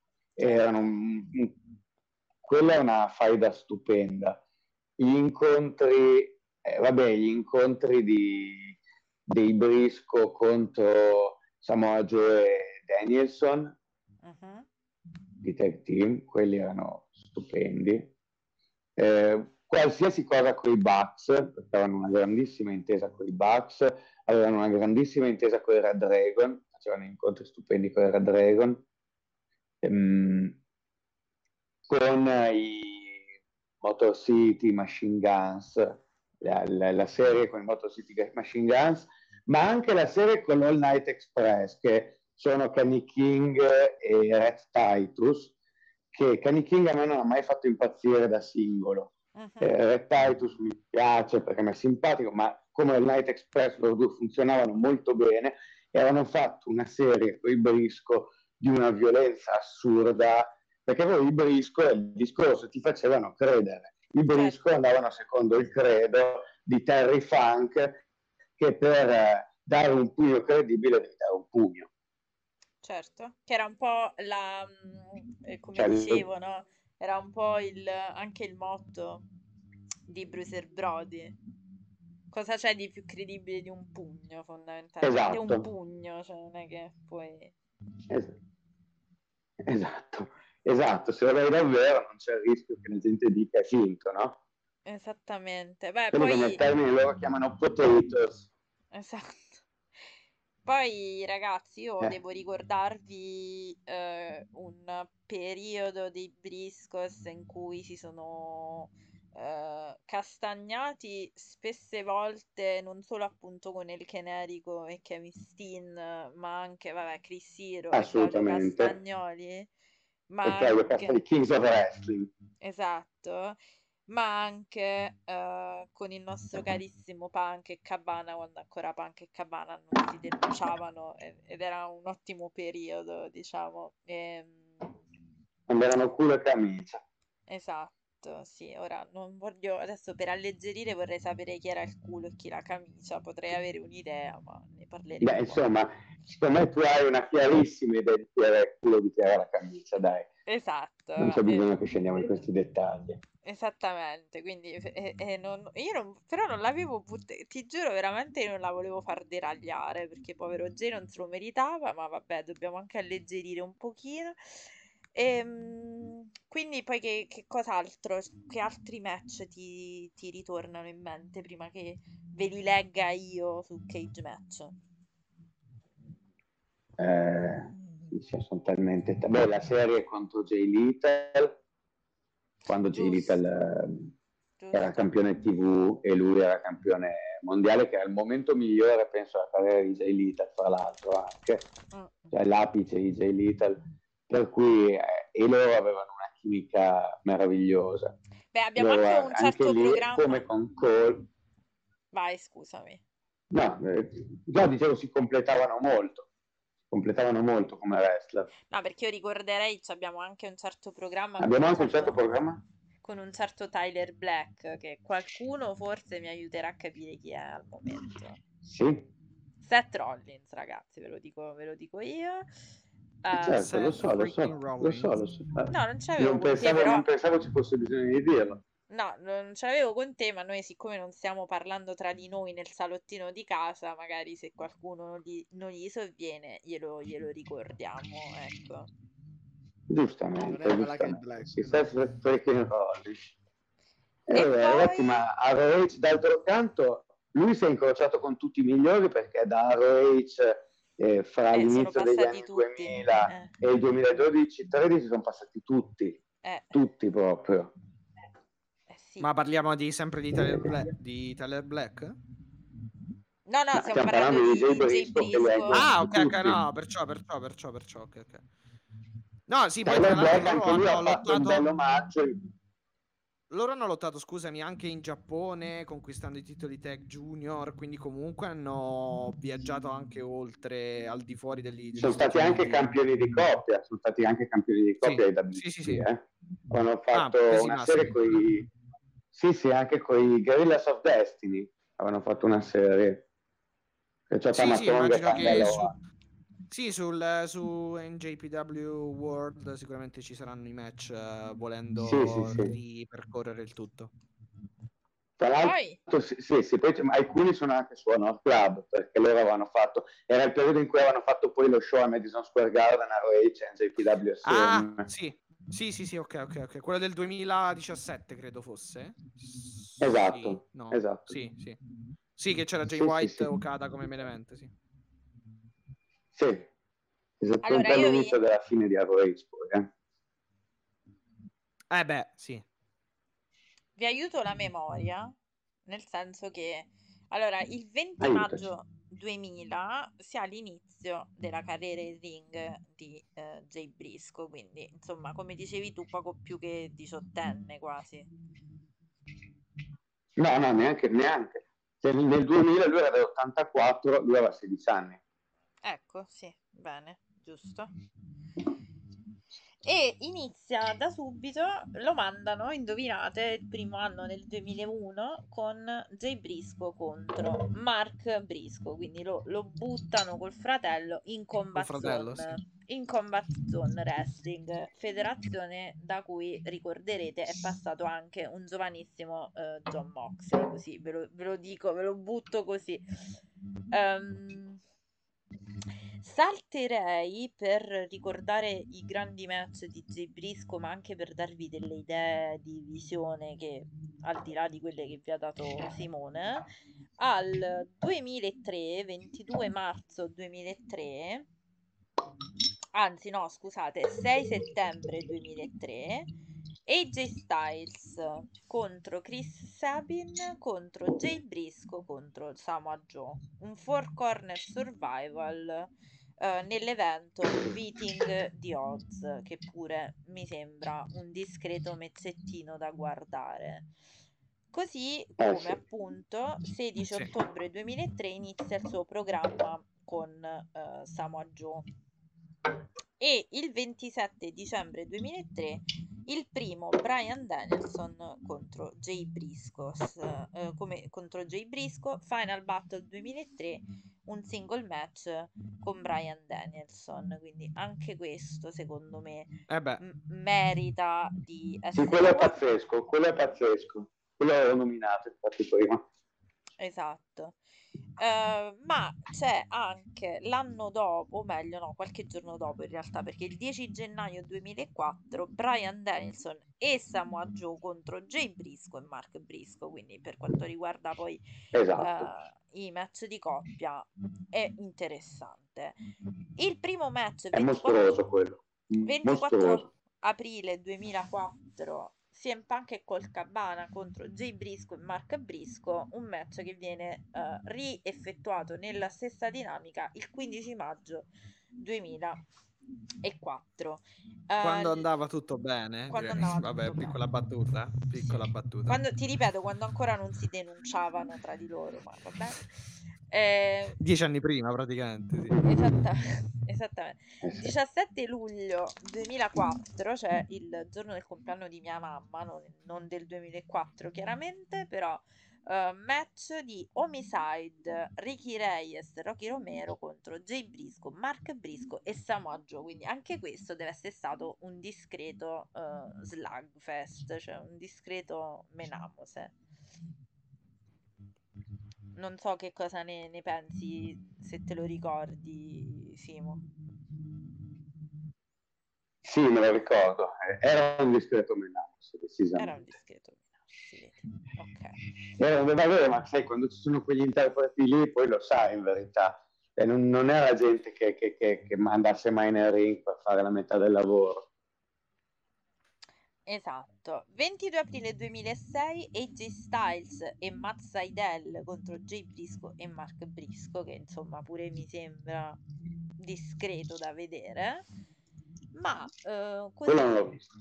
Quella è una faida stupenda. Gli incontri, dei Brisco contro Samoa Joe e Danielson di tag team, quelli erano stupendi. Qualsiasi cosa con i Bucks, perché avevano una grandissima intesa con i Bucks, avevano una grandissima intesa con i Red Dragon, facevano incontri stupendi con i Red Dragon, con i Motor City Machine Guns, la serie con i Motor City Machine Guns, ma anche la serie con All Night Express, che sono Kenny King e Red Titus, che Kenny King a me non ha mai fatto impazzire da singolo. Red Titus mi piace perché mi è simpatico, ma come All Night Express loro due funzionavano molto bene e avevano fatto una serie con i Brisco di una violenza assurda, perché poi i Brisco il discorso ti facevano credere. I Brisco andavano secondo il credo di Terry Funk, che per dare un pugno credibile devi dare un pugno. Certo, che era un po' come dicevo, no? Era un po' anche il motto di Bruiser Brody. Cosa c'è di più credibile di un pugno, fondamentalmente? Esatto. Un pugno, cioè non è che puoi... Esatto, se lo dai davvero non c'è il rischio che la gente dica è finto, no? Esattamente. Beh, Quelli come poi... termine loro chiamano potatoes. Esatto. Poi, ragazzi, io devo ricordarvi un periodo dei Briscoes in cui si sono castagnati spesse volte, non solo appunto con El Generico e Kevin Steen, ma anche, vabbè, Chris Hero e Claudio Assolutamente. Castagnoli, ma E Claudio anche... Castagnoli, Kings of Wrestling. Esatto, ma anche con il nostro carissimo Punk e Cabana, quando ancora Punk e Cabana non si denunciavano ed era un ottimo periodo, diciamo. Quando erano culo e camicia. Esatto, sì, ora non voglio, adesso per alleggerire vorrei sapere chi era il culo e chi la camicia, potrei avere un'idea, ma ne parleremo Beh, poi. insomma, secondo me tu hai una chiarissima idea di chi era il culo di chi era la camicia, dai. Esatto, Non c'è bisogno che scendiamo in questi dettagli. esattamente, quindi io però non l'avevo ti giuro veramente io non la volevo far deragliare perché povero Jay non se lo meritava, ma vabbè, dobbiamo anche alleggerire un pochino. Quindi poi che cos'altro, che altri match ti ritornano in mente prima che ve li legga io su Cage Match? Sì, sono talmente... Beh, la serie contro Jay Little, quando Jay Little Giusto, era giusto. campione TV e lui era campione mondiale, che era il momento migliore, penso, della carriera di Jay Little, tra l'altro, anche. Mm. Cioè l'apice di Jay Little, per cui e loro avevano una chimica meravigliosa. Beh, abbiamo Loro anche un anche certo lì, programma. come con Cole, Vai, scusami. no, già dicevo si completavano molto come wrestler. No, perché io ricorderei, abbiamo anche un certo programma Abbiamo anche un certo programma. con un certo Tyler Black, che qualcuno forse mi aiuterà a capire chi è al momento. Sì, Seth Rollins, ragazzi, ve lo dico io. certo, lo Seth so, lo freaking so, lo so, Rollins. lo so. No, non ce l'avevo con te, Non però. pensavo ci fosse bisogno di dirlo. No, non ce l'avevo con te, ma noi, siccome non stiamo parlando tra di noi nel salottino di casa, magari se qualcuno non gli sovviene, glielo ricordiamo, ecco. Giustamente, Non è Malakai giustamente. Black, Si no. sta freaking Rollins. E Ragazzi, poi. ma a ROH d'altro canto, lui si è incrociato con tutti i migliori perché da ROH fra Sono l'inizio degli passati anni tutti. 2000 e il 2012-13 sono passati Eh, tutti proprio. sì. Ma parliamo sempre di Tyler Eh, Black? Di Tyler Black? No, no, no, stiamo stiamo parlando parlando di Jay di Jay Briscoe che li ha Briscoe. Ah, incontrati ok, ok, tutti. no, perciò, ok, ok. No, sì, poi tra Tyler l'altro Black anche lui ha fatto un bel omaggio. loro hanno lottato, scusami, anche in Giappone, conquistando i titoli tag junior, quindi comunque hanno viaggiato anche oltre, al di fuori degli Sono Stati stati anche Uniti. campioni di coppia, sono stati anche campioni di Sì, coppia ai sì, WC, sì, sì. Hanno Ah, fatto pesi una serie massimi. con i... Sì, anche con i Guerrillas of Destiny avevano fatto una serie. Perciò Sì, sì, Tamatonga e immagino che Tangaloa. sì, su NJPW World sicuramente ci saranno i match, volendo Sì. ripercorrere il tutto. Tra Poi, l'altro, sì, poi alcuni sono anche su Honor Club, perché loro avevano fatto, era il periodo in cui avevano fatto poi lo show a Madison Square Garden, a ROH, NJPW Ah, assieme. sì, ok. Quello del 2017 credo fosse. Sì, Esatto, no, esatto. sì. Sì, che c'era Jay Sì. White, Okada come main event, sì. Sì, allora esattamente io all'inizio della fine di ROH poi, Beh, sì. vi aiuto la memoria, nel senso che, allora, il 20 Aiutaci. maggio 2000 si ha l'inizio della carriera in ring di Jay Briscoe, quindi, insomma, come dicevi tu, poco più che diciottenne quasi. No, neanche. Cioè, nel 2000 lui era dell'84, lui aveva 16 anni. Ecco, sì, bene, giusto. E inizia da subito, lo mandano, indovinate, il primo anno nel 2001 con Jay Briscoe contro Mark Briscoe, quindi lo buttano col fratello in Col fratello, sì. Combat Zone Wrestling, federazione da cui ricorderete è passato anche un giovanissimo John Moxley, così ve lo dico, ve lo butto così. Salterei per ricordare i grandi match di Jay Briscoe, ma anche per darvi delle idee di visione che al di là di quelle che vi ha dato Simone, al 2003, 22 marzo 2003, anzi no, scusate, 6 settembre 2003, AJ Styles contro Chris Sabin contro Jay Briscoe contro Samoa Joe, un four corner survival nell'evento Beating the Odds, che pure mi sembra un discreto mezzettino da guardare. Così come Sì. appunto 16 Sì. ottobre 2003 inizia il suo programma con Samoa Joe. E il 27 dicembre 2003 Il primo, Bryan Danielson contro Jay Briscoe, contro Jay Briscoe, Final Battle 2003, un single match con Bryan Danielson, quindi anche questo secondo me Beh, merita di Sì, essere quello è pazzesco, quello è pazzesco. Quello l'avevo nominato infatti prima. Esatto. Ma c'è anche l'anno dopo, o meglio no, qualche giorno dopo in realtà, perché il 10 gennaio 2004 Bryan Danielson e Samoa Joe contro Jay Briscoe e Mark Briscoe, quindi per quanto riguarda poi Esatto. i match di coppia è interessante. Il primo match È mostruoso quello. 24 Mostruoso. aprile 2004, CM Punk e Colt Cabana contro Jay Briscoe e Mark Briscoe, un match che viene rieffettuato nella stessa dinamica il 15 maggio 2004. quando andava tutto bene, Quando direi. andava Vabbè, tutto piccola bene. battuta, piccola Sì. battuta. Ti ripeto, quando ancora non si denunciavano tra di loro, ma va bene. 10 anni prima, praticamente, sì. Esattamente. Sì. 17 luglio 2004, cioè il giorno del compleanno di mia mamma, non del 2004 chiaramente, però match di Homicide, Ricky Reyes, Rocky Romero contro Jay Briscoe, Mark Briscoe e Samoa Joe, quindi anche questo deve essere stato un discreto slugfest, cioè un discreto menamose. Non so che cosa ne pensi, se te lo ricordi, Simo. Sì, me lo ricordo. Era un discreto menagos, Era un decisamente. discreto menamose, si vede. Ok. Vabbè, ma sai, quando ci sono quegli interpreti lì, poi lo sai in verità. E non era gente che andasse mai nel ring per fare la metà del lavoro. Esatto. 22 aprile 2006, AJ Styles e Matt Sydal contro Jay Briscoe e Mark Briscoe, che insomma pure mi sembra discreto da vedere. Ma Quello non così l'ho visto.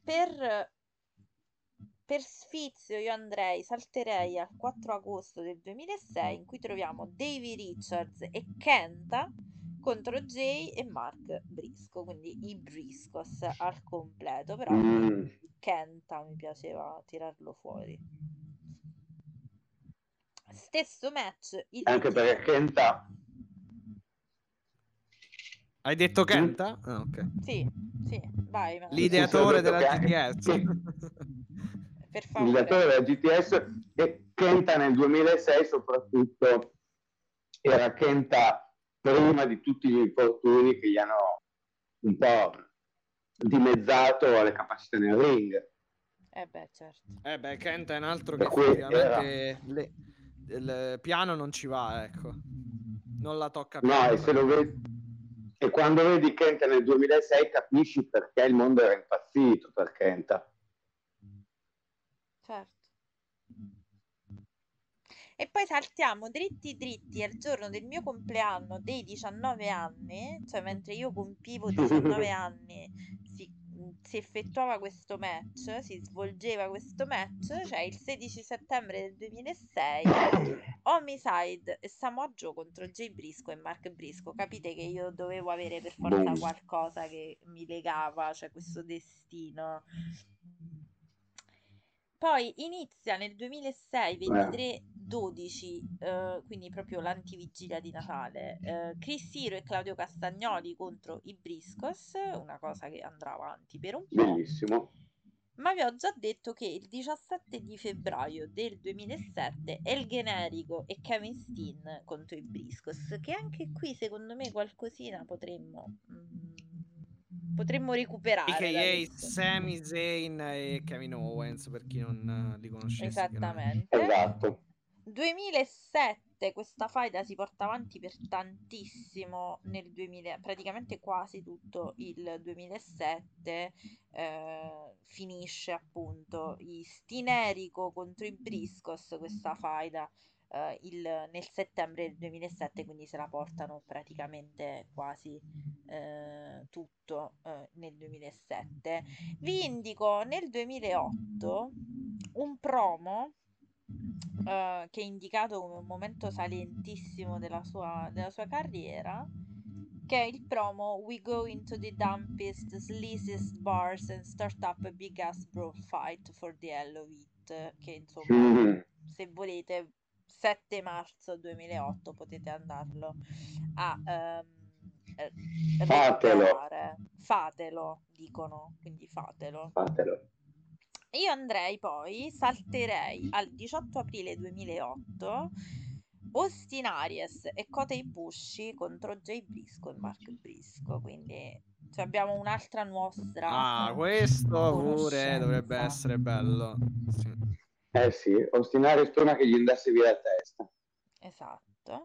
per sfizio io andrei, salterei al 4 agosto del 2006 in cui troviamo Davey Richards e Kenta contro Jay e Mark Briscoe, quindi i Briscoes al completo, però a me Kenta mi piaceva tirarlo fuori. Stesso match il Anche 22. perché Kenta... Hai detto Kenta? Ah, ok. Sì, vai. L'ideatore Sì, ho della detto GTS. Per l'ideatore favore. della GTS e Kenta nel 2006 soprattutto era Kenta prima di tutti gli infortuni che gli hanno un po' dimezzato le capacità nel ring. Certo. Kenta è un altro che Per cui effettivamente il piano non ci va, ecco. Non la tocca piano. No, e se lo vedi, e quando vedi Kenta nel 2006 capisci perché il mondo era impazzito per Kenta. Certo. E poi saltiamo dritti dritti al giorno del mio compleanno dei 19 anni, cioè mentre io compivo 19 anni si effettuava questo match, si svolgeva questo match, cioè il 16 settembre del 2006, Homicide e Samoa Joe contro Jay Briscoe e Mark Briscoe. Capite che io dovevo avere per forza Boom. qualcosa che mi legava, cioè questo destino. Poi inizia nel 2006, 23/12, quindi proprio l'antivigilia di Natale, Chris Hero e Claudio Castagnoli contro i Briscoes, una cosa che andrà avanti per un po'. Bellissimo. Ma vi ho già detto che il 17 di febbraio del 2007 El Generico e Kevin Steen contro i Briscoes, che anche qui secondo me qualcosina potremmo recuperare da AKA questo. Sami Zayn e Kevin Owens, per chi non li conoscesse. Esattamente. Esatto. 2007, questa faida si porta avanti per tantissimo nel 2000, praticamente quasi tutto il 2007, finisce appunto i Stinerico contro i Briscos, questa faida nel settembre del 2007, quindi se la portano praticamente quasi tutto nel 2007. Vi indico nel 2008 un promo che è indicato come un momento salientissimo della sua carriera, che è il promo "We go into the dumpest, sleaziest bars and start up a big ass brawl fight for the hell of it", che insomma, Mm. se volete, 7 marzo 2008 potete andarlo a Fatelo, recuperare. Fatelo, dicono, quindi fatelo. fatelo. Io andrei poi, salterei al 18 aprile 2008 Austin Aries e Kota Ibushi contro Jay Briscoe e Mark Briscoe, quindi cioè, abbiamo un'altra nostra Questo pure dovrebbe conoscenza. essere bello. Sì. Sì, ostinare spuna che gli andasse via la testa. Esatto.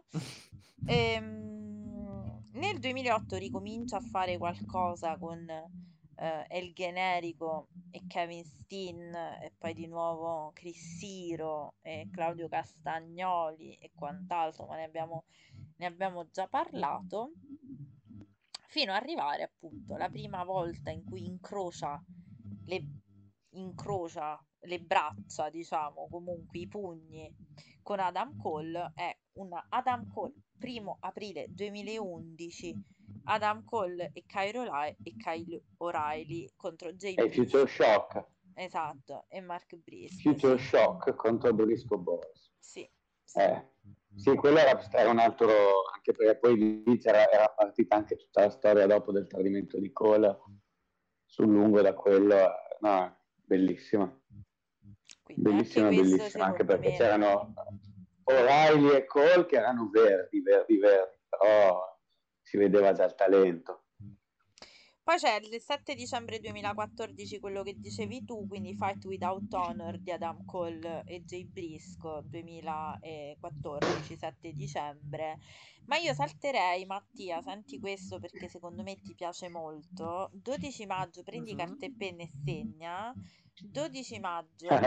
Nel 2008 ricomincia a fare qualcosa con El Generico e Kevin Steen e poi di nuovo Chris Hero e Claudio Castagnoli e quant'altro, ma ne abbiamo già parlato, fino ad arrivare appunto la prima volta in cui le, incrocia le braccia, diciamo, comunque i pugni con Adam Cole. È una Adam Cole, 1° aprile 2011, Adam Cole e Kyle O'Reilly contro Jay E Future Briscoe. Shock. Esatto, e Mark Briscoe, Future sì. Shock contro Briscoe Boys. Sì, sì. Sì, quello era un altro, anche perché poi lì era partita anche tutta la storia dopo del tradimento di Cole sul lungo da quello, no, bellissima. Quindi anche Bellissima, questo bellissima, anche secondo perché me. c'erano O'Reilly e Cole che erano verdi, però si vedeva già il talento. Poi c'è il 7 dicembre 2014, quello che dicevi tu, quindi Fight Without Honor di Adam Cole e Jay Briscoe, 2014, 7 dicembre. Ma io salterei, Mattia, senti questo perché secondo me ti piace molto. 12 maggio, prendi carta e penna e segna. 12 maggio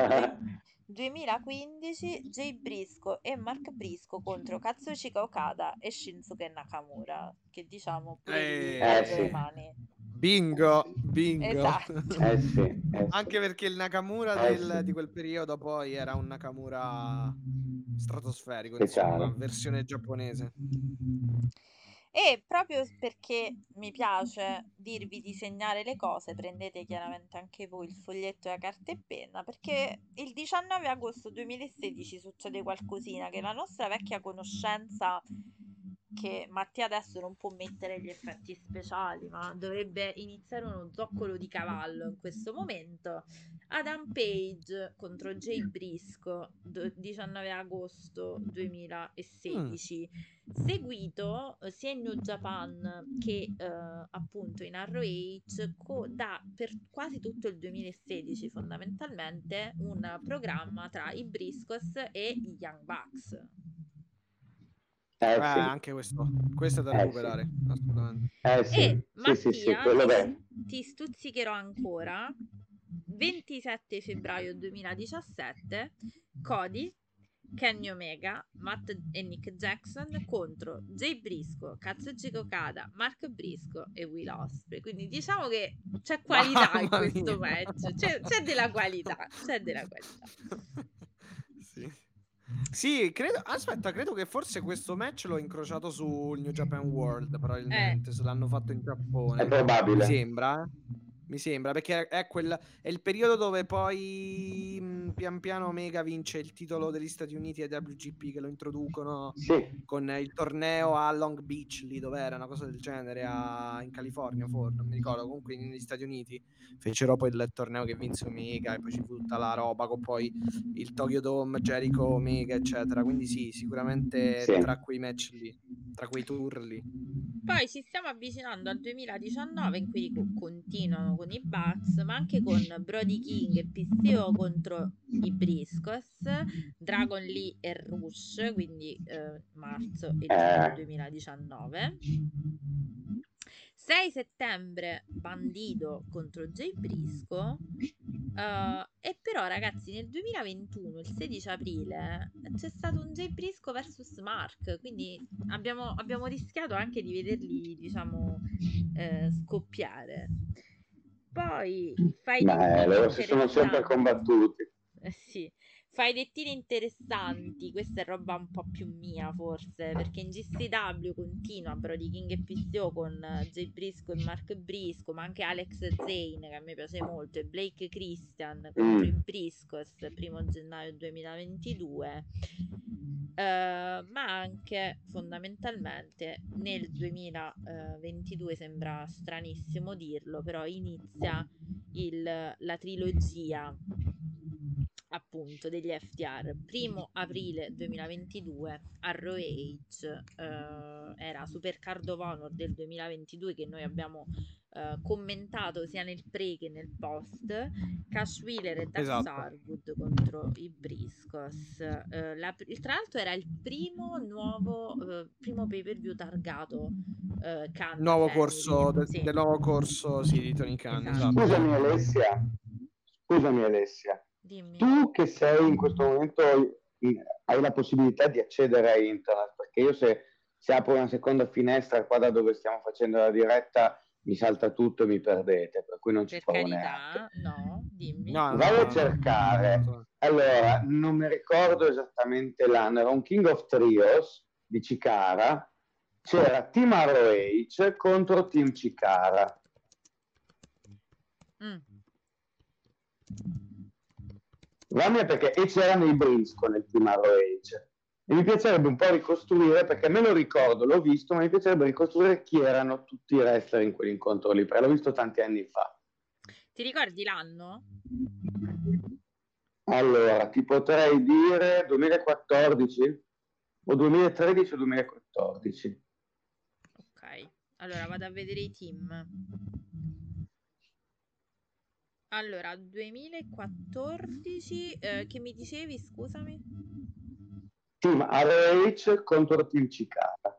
2015, Jay Briscoe e Mark Briscoe contro Katsushika Okada e Shinsuke Nakamura, che diciamo pure lì alzo le sì. mani. Bingo. Esatto. Sì. Anche perché il Nakamura Sì. di quel periodo poi era un Nakamura stratosferico, Speciale. insomma, versione giapponese. E proprio perché mi piace dirvi di segnare le cose, prendete chiaramente anche voi il foglietto e la carta e penna, perché il 19 agosto 2016 succede qualcosina che la nostra vecchia conoscenza, che Mattia adesso non può mettere gli effetti speciali, ma dovrebbe iniziare uno zoccolo di cavallo in questo momento. Adam Page contro Jay Briscoe, 19 agosto 2016, seguito sia in New Japan che appunto in ROH per quasi tutto il 2016 fondamentalmente un programma tra i Briscoes e i Young Bucks. Sì. Anche questo è da recuperare, assolutamente. E Mattia, sì, quello ti stuzzicherò ancora. 27 febbraio 2017, Cody, Kenny Omega, Matt e Nick Jackson contro Jay Briscoe, Katsuchika Okada, Mark Briscoe e Will Ospreay. Quindi diciamo che c'è qualità in Mamma questo mia. match, c'è della qualità, c'è della qualità. Sì, credo che forse questo match l'ho incrociato sul New Japan World, probabilmente, se l'hanno fatto in Giappone. è probabile. Mi sembra, perché è il periodo dove poi pian piano Omega vince il titolo degli Stati Uniti ai WGP, che lo introducono con il torneo a Long Beach, lì dove era una cosa del genere, in California, forse, non mi ricordo, comunque negli Stati Uniti fecero poi il torneo che vinse Omega e poi ci fu tutta la roba con poi il Tokyo Dome, Jericho, Omega, eccetera. Quindi sì, sicuramente tra quei match lì, tra quei tour lì. Poi ci stiamo avvicinando al 2019 in cui continuano con i Bucks, ma anche con Brody King e PCO contro i Briscoes, Dragon Lee e Rush, quindi marzo e giugno 2019. 6 settembre Bandido contro Jay Briscoe. E però ragazzi nel 2021 il 16 aprile c'è stato un Jay Briscoe vs Mark, quindi abbiamo rischiato anche di vederli, diciamo, scoppiare. Poi fai di loro si sono sempre interessanti. combattuti. Sì, faidettini interessanti, questa è roba un po' più mia forse, perché in GCW continua Brody King e PCO con Jay Briscoe e Mark Briscoe, ma anche Alex Zane che a me piace molto, e Blake Christian contro i Briscoes, 1° gennaio 2022. Ma anche fondamentalmente nel 2022, sembra stranissimo dirlo, però inizia la trilogia appunto degli FTR. 1° aprile 2022 a Raw Age, era Super Card of Honor del 2022 che noi abbiamo commentato sia nel pre che nel post. Cash Wheeler e Dax Esatto. Harwood contro i Briscoes. Tra l'altro era il primo pay per view targato Khan Nuovo Family. corso Sì, del nuovo corso, sì, di Tony Khan, esatto. esatto. Scusami Alessia, Dimmi. tu che sei in questo momento hai la possibilità di accedere a internet, perché io se apro una seconda finestra qua da dove stiamo facendo la diretta mi salta tutto e mi perdete, per cui non ci Per provo carità, neanche. no, dimmi. No, Vai a no, cercare. no. Allora, non mi ricordo esattamente l'anno, era un King of Trios di Chikara, c'era Team ROH contro Team Chikara. Vammi perché e c'erano i Briscoe nel Team ROH. E mi piacerebbe un po' ricostruire, perché me lo ricordo, l'ho visto, ma mi piacerebbe ricostruire chi erano tutti i wrestler in quell'incontro lì, perché l'ho visto tanti anni fa. Ti ricordi l'anno? Allora, ti potrei dire 2014 o 2013 o 2014. Ok, allora vado a vedere i team. Allora, 2014, che mi dicevi, scusami? Team ROH contro Team Chikara.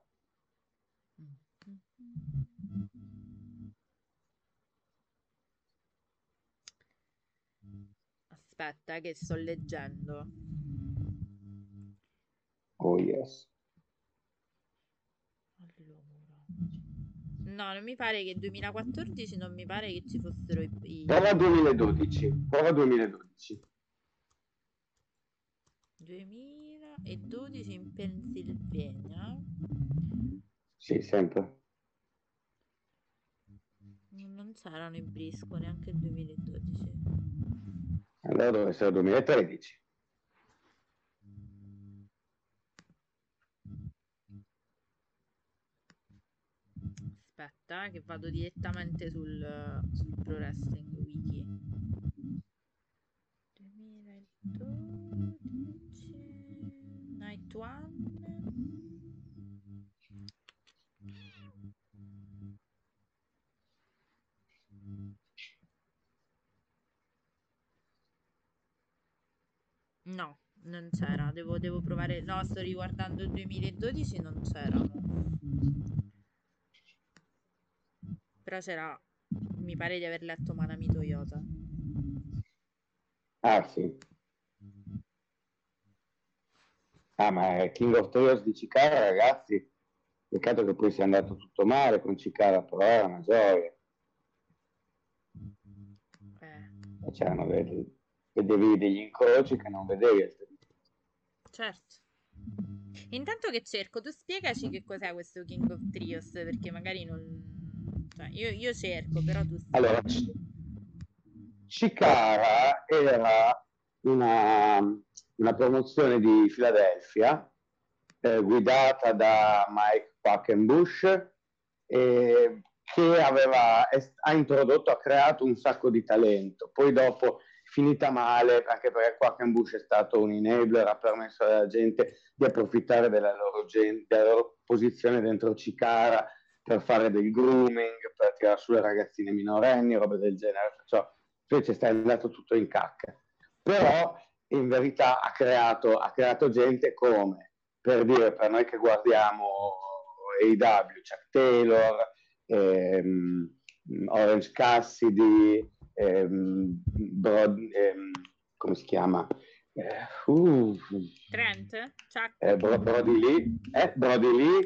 Aspetta, che sto leggendo. Oh yes. Allora. No, non mi pare che 2014, non mi pare che ci fossero i... Prova 2012. 2012 in Pennsylvania. Sì, sempre. Non c'erano i Briscoe neanche il 2012. Allora deve essere 2013. Aspetta, che vado direttamente sul Pro Wrestling Wiki. 2012 Night One. No, non c'era. Devo provare. No, sto riguardando il 2012, non c'erano. Però c'era. Mi pare di aver letto Manami Toyota. Ah sì. Ah, ma è King of Trios di Chikara, ragazzi. Peccato che poi sia andato tutto male con Chikara, però era una gioia. C'erano vedevi degli incroci che non vedevi. Certo. Intanto che cerco, tu spiegaci che cos'è questo King of Trios, perché magari non... Cioè, io cerco, però tu spiega. Allora, Chikara era una promozione di Filadelfia guidata da Mike Quackenbush che ha introdotto, ha creato un sacco di talento. Poi dopo finita male, anche perché Quackenbush è stato un enabler, ha permesso alla gente di approfittare della loro posizione dentro Chikara per fare del grooming, per tirare su le ragazzine minorenni, robe del genere. Invece sta andato tutto in cacca. Però in verità ha creato gente come, per dire, per noi che guardiamo AEW, Chuck Taylor, Orange Cassidy, come si chiama? Trent? Chuck? Brody Lee, Brody.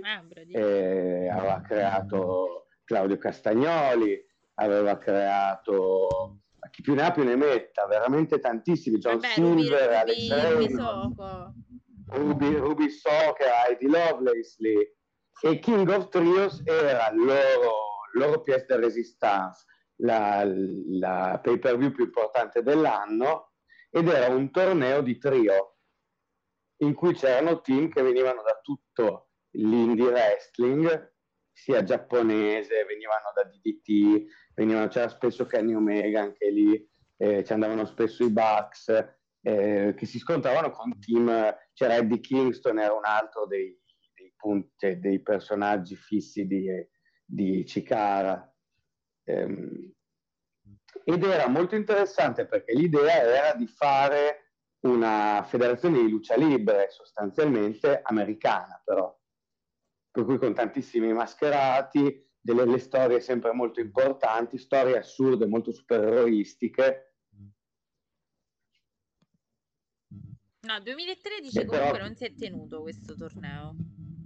aveva creato Claudio Castagnoli, aveva creato chi più ne ha più ne metta, veramente tantissimi. John Vabbè, Ruby, Silver, Alex Ruby Raymond, Soko. Ruby Soho, Heidi Lovelace lì. E King of Trios era il loro pièce de résistance, la pay per view più importante dell'anno, ed era un torneo di trio in cui c'erano team che venivano da tutto l'indie wrestling, sia giapponese, venivano da DDT, c'era spesso Kenny Omega anche lì, ci andavano spesso i Bucks, che si scontravano con team. C'era Eddie Kingston, era un altro dei personaggi fissi di Chikara, ed era molto interessante perché l'idea era di fare una federazione di lucha libre sostanzialmente americana, però, per cui con tantissimi mascherati, delle storie sempre molto importanti, storie assurde, molto supereroistiche. No, 2013 comunque non si è tenuto questo torneo.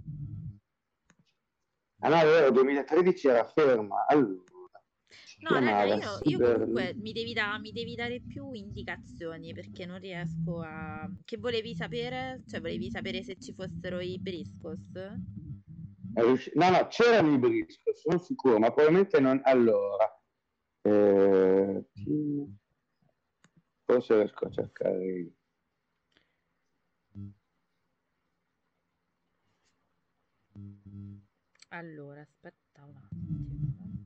Ah no, è vero, 2013 era ferma. Allora, No, raga, io comunque mi devi dare più indicazioni perché non riesco a... Che volevi sapere? Cioè, volevi sapere se ci fossero i Briscos? No, c'erano i Briscos, sono sicuro, ma probabilmente non... Allora, forse riesco a cercare io. Allora, aspetta un attimo.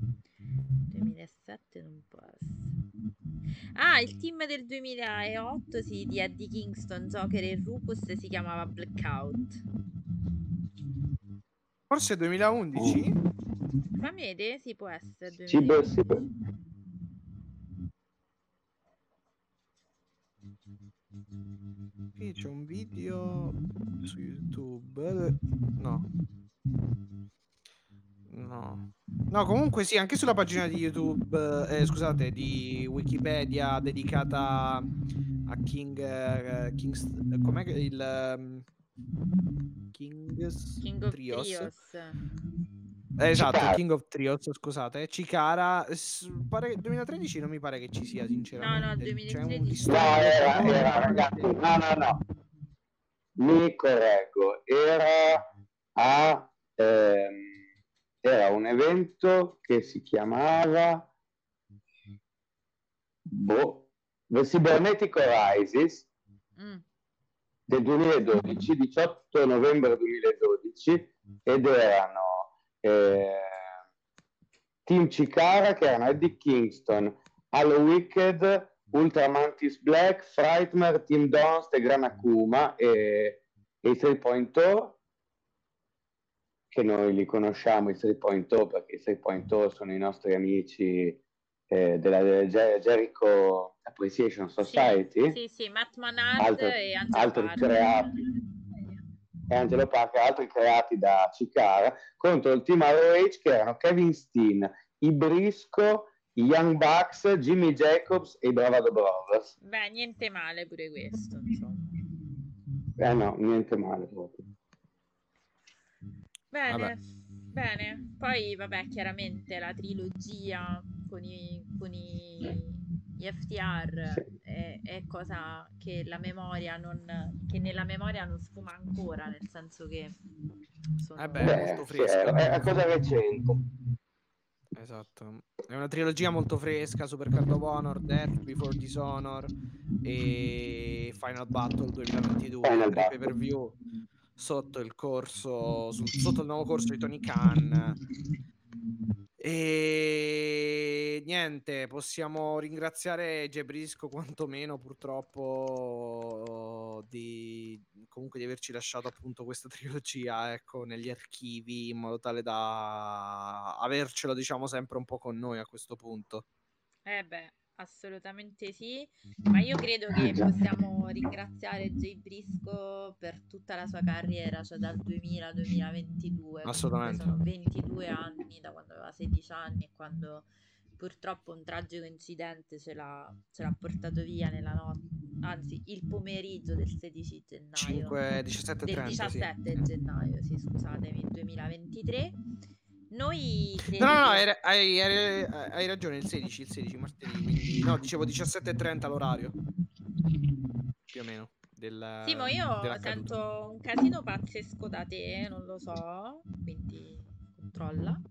2007 non può essere. Ah, il team del 2008, sì, di Eddie Kingston, Joker e Rufus si chiamava Blackout. Forse 2011? Fammi vedere, sì, può essere 2011. Sì. Qui c'è un video su YouTube. No, comunque sì, anche sulla pagina di YouTube, scusate, di Wikipedia dedicata a Kings, com'è che il King of Trios. Esatto, Chikara. King of Trios, scusate, Chikara, pare 2013 non mi pare che ci sia, sinceramente. No, 2013. C'è un No, listone era, ragazzi, no. Mi correggo, era un evento che si chiamava The Cybernetic Horizons del 2012, 18 novembre 2012, ed erano Team Chikara, che erano Eddie Kingston, Halo Wicked, Ultra Mantis Black, Frightmare, Team Donst e Gran Akuma e i 3.0, che noi li conosciamo i 3.0 perché i 3.0 sono i nostri amici della Jericho Appreciation Society. Sì, Matt Manard e Angelo Parker, altri creati da Chikara, contro il team ROH, che erano Kevin Steen, i Briscoe, i Young Bucks, Jimmy Jacobs e i Bravado Brothers. Beh, niente male pure questo, insomma. No, niente male proprio. Bene. Poi, vabbè, chiaramente la trilogia con i FTR Sì. è cosa che che nella memoria non sfuma ancora, nel senso che sono... molto fresca. Sì, è cosa recente. Esatto, è una trilogia molto fresca: Super Card of Honor, Death Before Dishonor e Final Battle 2022, tre pay per view sotto il nuovo corso di Tony Khan. E niente, possiamo ringraziare Jay Briscoe quantomeno, purtroppo, comunque di averci lasciato appunto questa trilogia, ecco, negli archivi, in modo tale da avercelo, diciamo, sempre un po' con noi a questo punto. Assolutamente sì, ma io credo che possiamo ringraziare Jay Briscoe per tutta la sua carriera, cioè dal 2000 al 2022. Assolutamente. Sono 22 anni, da quando aveva 16 anni e quando purtroppo un tragico incidente ce l'ha portato via nella notte, anzi il pomeriggio del 16 gennaio. 17 gennaio, sì, scusatemi, 2023. Noi No, credi hai ragione, il 16 martedì, quindi no, dicevo 17:30 l'orario, più o meno, Simo, io dell'accaduto. sento un casino pazzesco da te, non lo so, quindi controlla.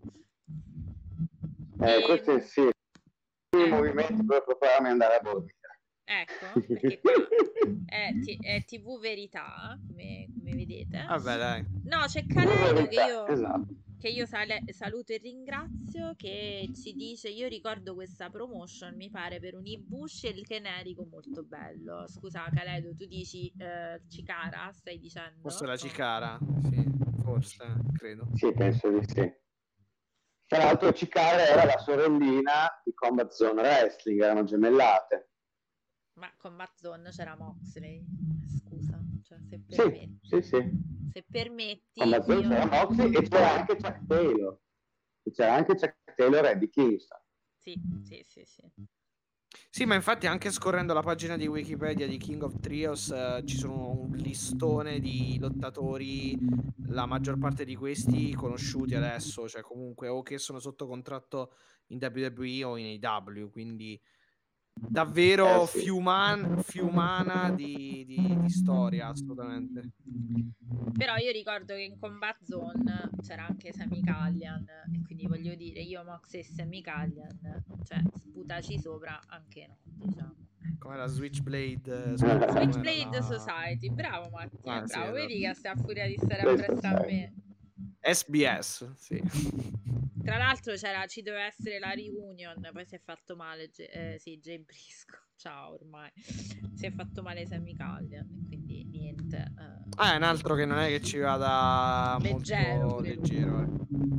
Questo è sì, i movimenti per prepararmi ad andare a dormire. Ecco, perché qua è TV Verità, come vedete. Vabbè, dai. No, c'è Caledo Esatto. che io saluto e ringrazio, che ci dice: io ricordo questa promotion, mi pare per un e-bush e il generico molto bello. Scusa Caledo, tu dici Cicara, stai dicendo? Forse la Cicara, sì, forse, credo. Sì, penso di sì. Tra l'altro Cicara era la sorellina di Combat Zone Wrestling, erano gemellate. Ma con Mazzon c'era Moxley, scusa, cioè se Sì, permetti. sì, sì. Se permetti, Combat Zone c'era Moxley e c'era anche Chuck Taylor. E c'era anche Chuck Taylor e Eddie Kingston. Sì. Sì, ma infatti anche scorrendo la pagina di Wikipedia di King of Trios ci sono un listone di lottatori, la maggior parte di questi conosciuti adesso, cioè comunque o che sono sotto contratto in WWE o in AEW, quindi davvero Sì. fiumana di storia, assolutamente. Però io ricordo che in Combat Zone c'era anche Sami Callihan e quindi voglio dire, io Mox e Sami Callihan, cioè sputaci sopra anche no, diciamo. Come la Switchblade Switchblade Society, bravo Mattia, sì, bravo, vedi esatto. che stai a furia di stare appresso a me. SBS, sì. Tra l'altro ci doveva essere la reunion, poi si è fatto male Jay Brisco. Ciao, ormai si è fatto male Sami Callihan, quindi niente. È un altro che non è che ci vada Leggero molto pure lui. leggero.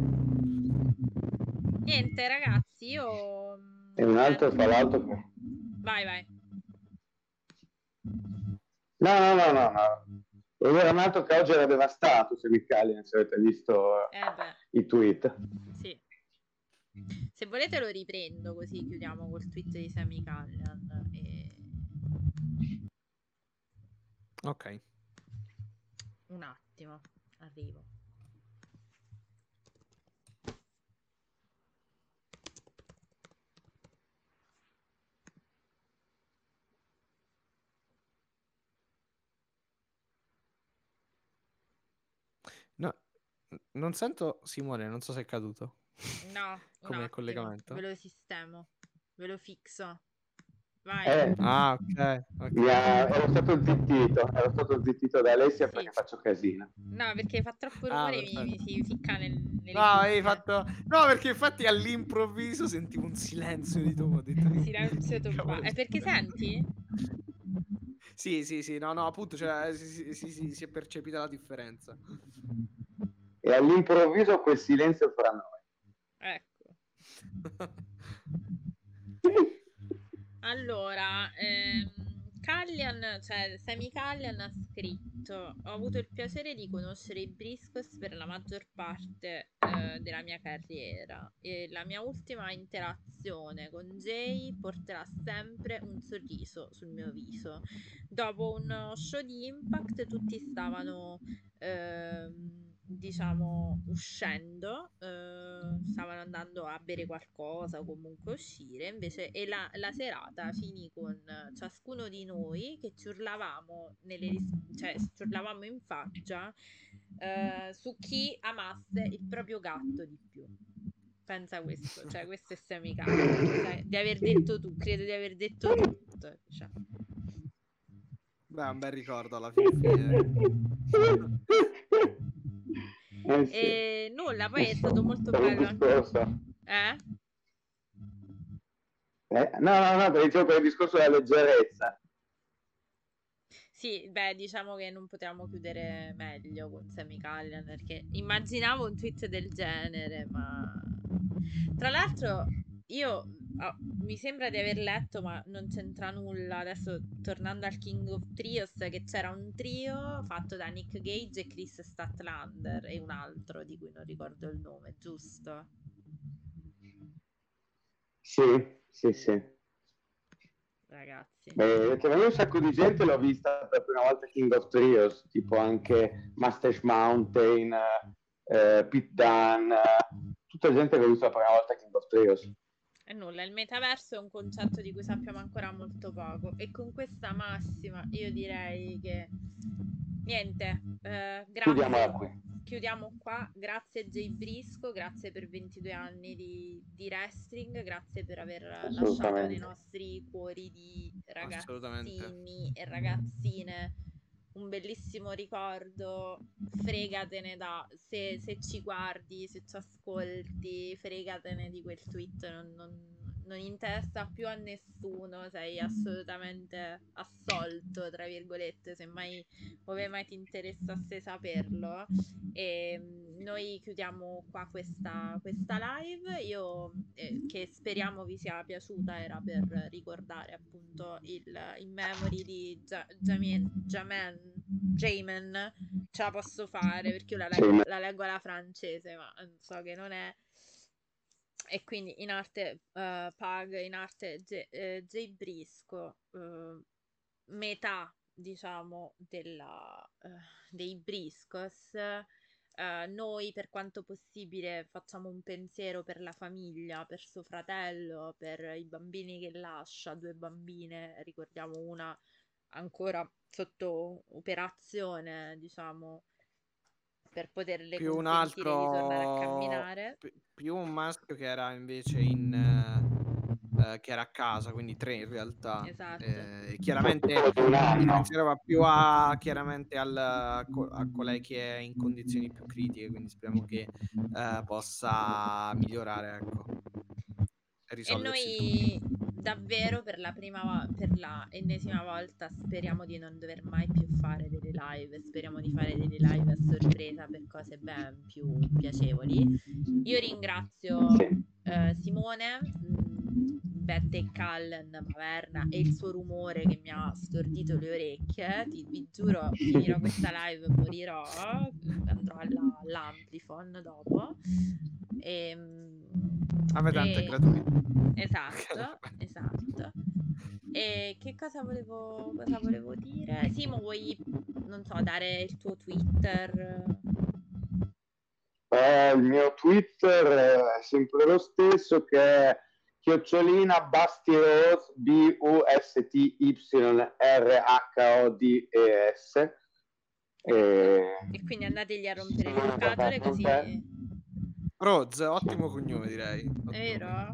Niente ragazzi, io E un altro, tra l'altro... vai. No. Era un altro che oggi era devastato, Sami Callihan, se avete visto i tweet. Sì. Se volete lo riprendo, così chiudiamo col tweet di Sami Callihan. Ok. Un attimo, arrivo. No, non sento Simone, non so se è caduto. No, come collegamento. Ve lo sistemo, ve lo fixo. Vai. Ok. Ero stato zittito da Alessia perché faccio casino. No, perché fa troppo rumore e mi si ficca nelle hai fatto... No, perché infatti all'improvviso sentivo un silenzio di tuo. Silenzio tombale. È perché senti? Sì, no, appunto, cioè, si è percepita la differenza. E all'improvviso quel silenzio fra noi. Ecco. Allora, Sami Callihan ha scritto: ho avuto il piacere di conoscere i Briscoes per la maggior parte della mia carriera e la mia ultima interazione con Jay porterà sempre un sorriso sul mio viso. Dopo uno show di Impact tutti stavano diciamo uscendo, stavano andando a bere qualcosa o comunque uscire invece, e la serata finì con ciascuno di noi che ci urlavamo ci urlavamo in faccia su chi amasse il proprio gatto di più. Pensa questo, cioè questo è Sami Callihan, di aver detto tu, credo di aver detto tutto, cioè. Beh, un bel ricordo alla fine. E nulla, poi è stato molto bello anche... No, dicevo per il discorso della leggerezza. Sì, beh, diciamo che non potevamo chiudere meglio con Sami Callihan, perché immaginavo un tweet del genere, ma tra l'altro mi sembra di aver letto, ma non c'entra nulla. Adesso tornando al King of Trios, che c'era un trio fatto da Nick Gage e Chris Statlander e un altro di cui non ricordo il nome, giusto? Sì. Ragazzi, un sacco di gente l'ho vista per la prima volta King of Trios, tipo anche Mustache Mountain, Pete Dunne, tutta gente che ha visto la prima volta King of Trios. E nulla, il metaverso è un concetto di cui sappiamo ancora molto poco. E con questa massima io direi che niente, Chiudiamola grazie. qui. Chiudiamo qua. Grazie Jay Brisco, grazie per 22 anni di wrestling, grazie per aver lasciato nei Assolutamente. nostri cuori di Assolutamente. ragazzini e ragazzine un bellissimo ricordo. Fregatene se ci guardi, se ci ascolti, fregatene di quel tweet, non interessa più a nessuno, sei assolutamente assolto, tra virgolette, se mai ti interessasse saperlo. E noi chiudiamo qua questa live. Io che speriamo vi sia piaciuta, era per ricordare appunto il memory di Jamen. Ce la posso fare perché io la leggo alla francese, ma so che non è. E quindi in arte Pug, in arte Jay Brisco, metà diciamo dei Briscos. Noi per quanto possibile facciamo un pensiero per la famiglia, per suo fratello, per i bambini che lascia, 2 bambine, ricordiamo una ancora sotto operazione, diciamo, per poterle Più un consentire di tornare a altro, camminare. più un maschio che era invece che era a casa, quindi 3 in realtà. Esatto. Chiaramente Un il anno. pensiero va più chiaramente a colei che è in condizioni più critiche, quindi speriamo che possa migliorare, ecco, e E risolversi tutto. noi davvero per la ennesima volta speriamo di non dover mai più fare delle live, speriamo di fare delle live a sorpresa per cose ben più piacevoli. Io ringrazio Sì. Simone, Bette Callen, Maverna e il suo rumore che mi ha stordito le orecchie. Vi giuro, finirò questa live, morirò, andrò all'Amplifon dopo. Tanto è gratuito. Esatto. E che cosa volevo dire? Simo, vuoi, non so, dare il tuo Twitter? Il mio Twitter è sempre lo stesso, che è @Bastyrhodes, BUSTYRHODES. E quindi andategli a rompere le scatole così. Rhodes, ottimo cognome, direi. È vero?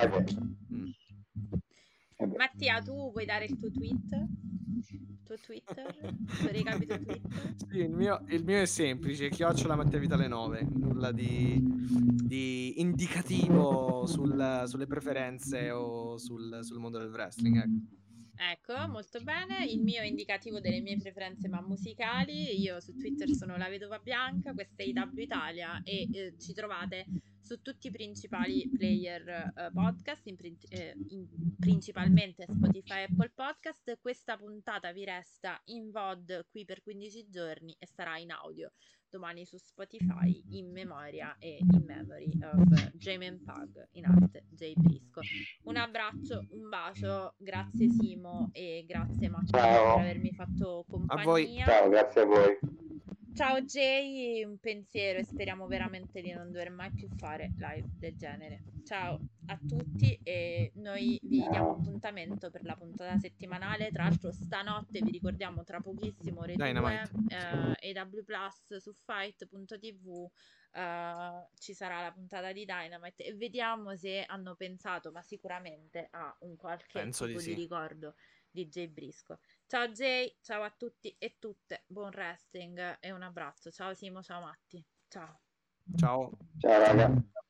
Mm. Mattia, tu vuoi dare il tuo tweet? Il tuo Twitter? Il tuo recapito Twitter? Sì, il mio è semplice, @MattiaVitale9, nulla di indicativo sulle preferenze o sul mondo del wrestling, ecco. Ecco, molto bene. Il mio è indicativo delle mie preferenze ma musicali. Io su Twitter sono la Vedova Bianca, questa è IW Italia e ci trovate su tutti i principali player podcast, principalmente Spotify e Apple Podcast. Questa puntata vi resta in VOD qui per 15 giorni e sarà in audio domani su Spotify in memoria e in memory of Jamen Pug, in arte Jay Brisco. Un abbraccio, un bacio, grazie Simo e grazie Mattia per avermi fatto compagnia. A voi. Ciao, grazie a voi. Ciao Jay, un pensiero e speriamo veramente di non dover mai più fare live del genere. Ciao a tutti e noi vi diamo appuntamento per la puntata settimanale. Tra l'altro stanotte vi ricordiamo tra pochissimo ore 2 EW Plus su fight.tv ci sarà la puntata di Dynamite e vediamo se hanno pensato, ma sicuramente a un qualche Penso tipo di di sì. ricordo di Jay Brisco. Ciao Jay, ciao a tutti e tutte, buon wrestling e un abbraccio. Ciao Simo, ciao Matti. Ciao. Ciao. Ciao raga.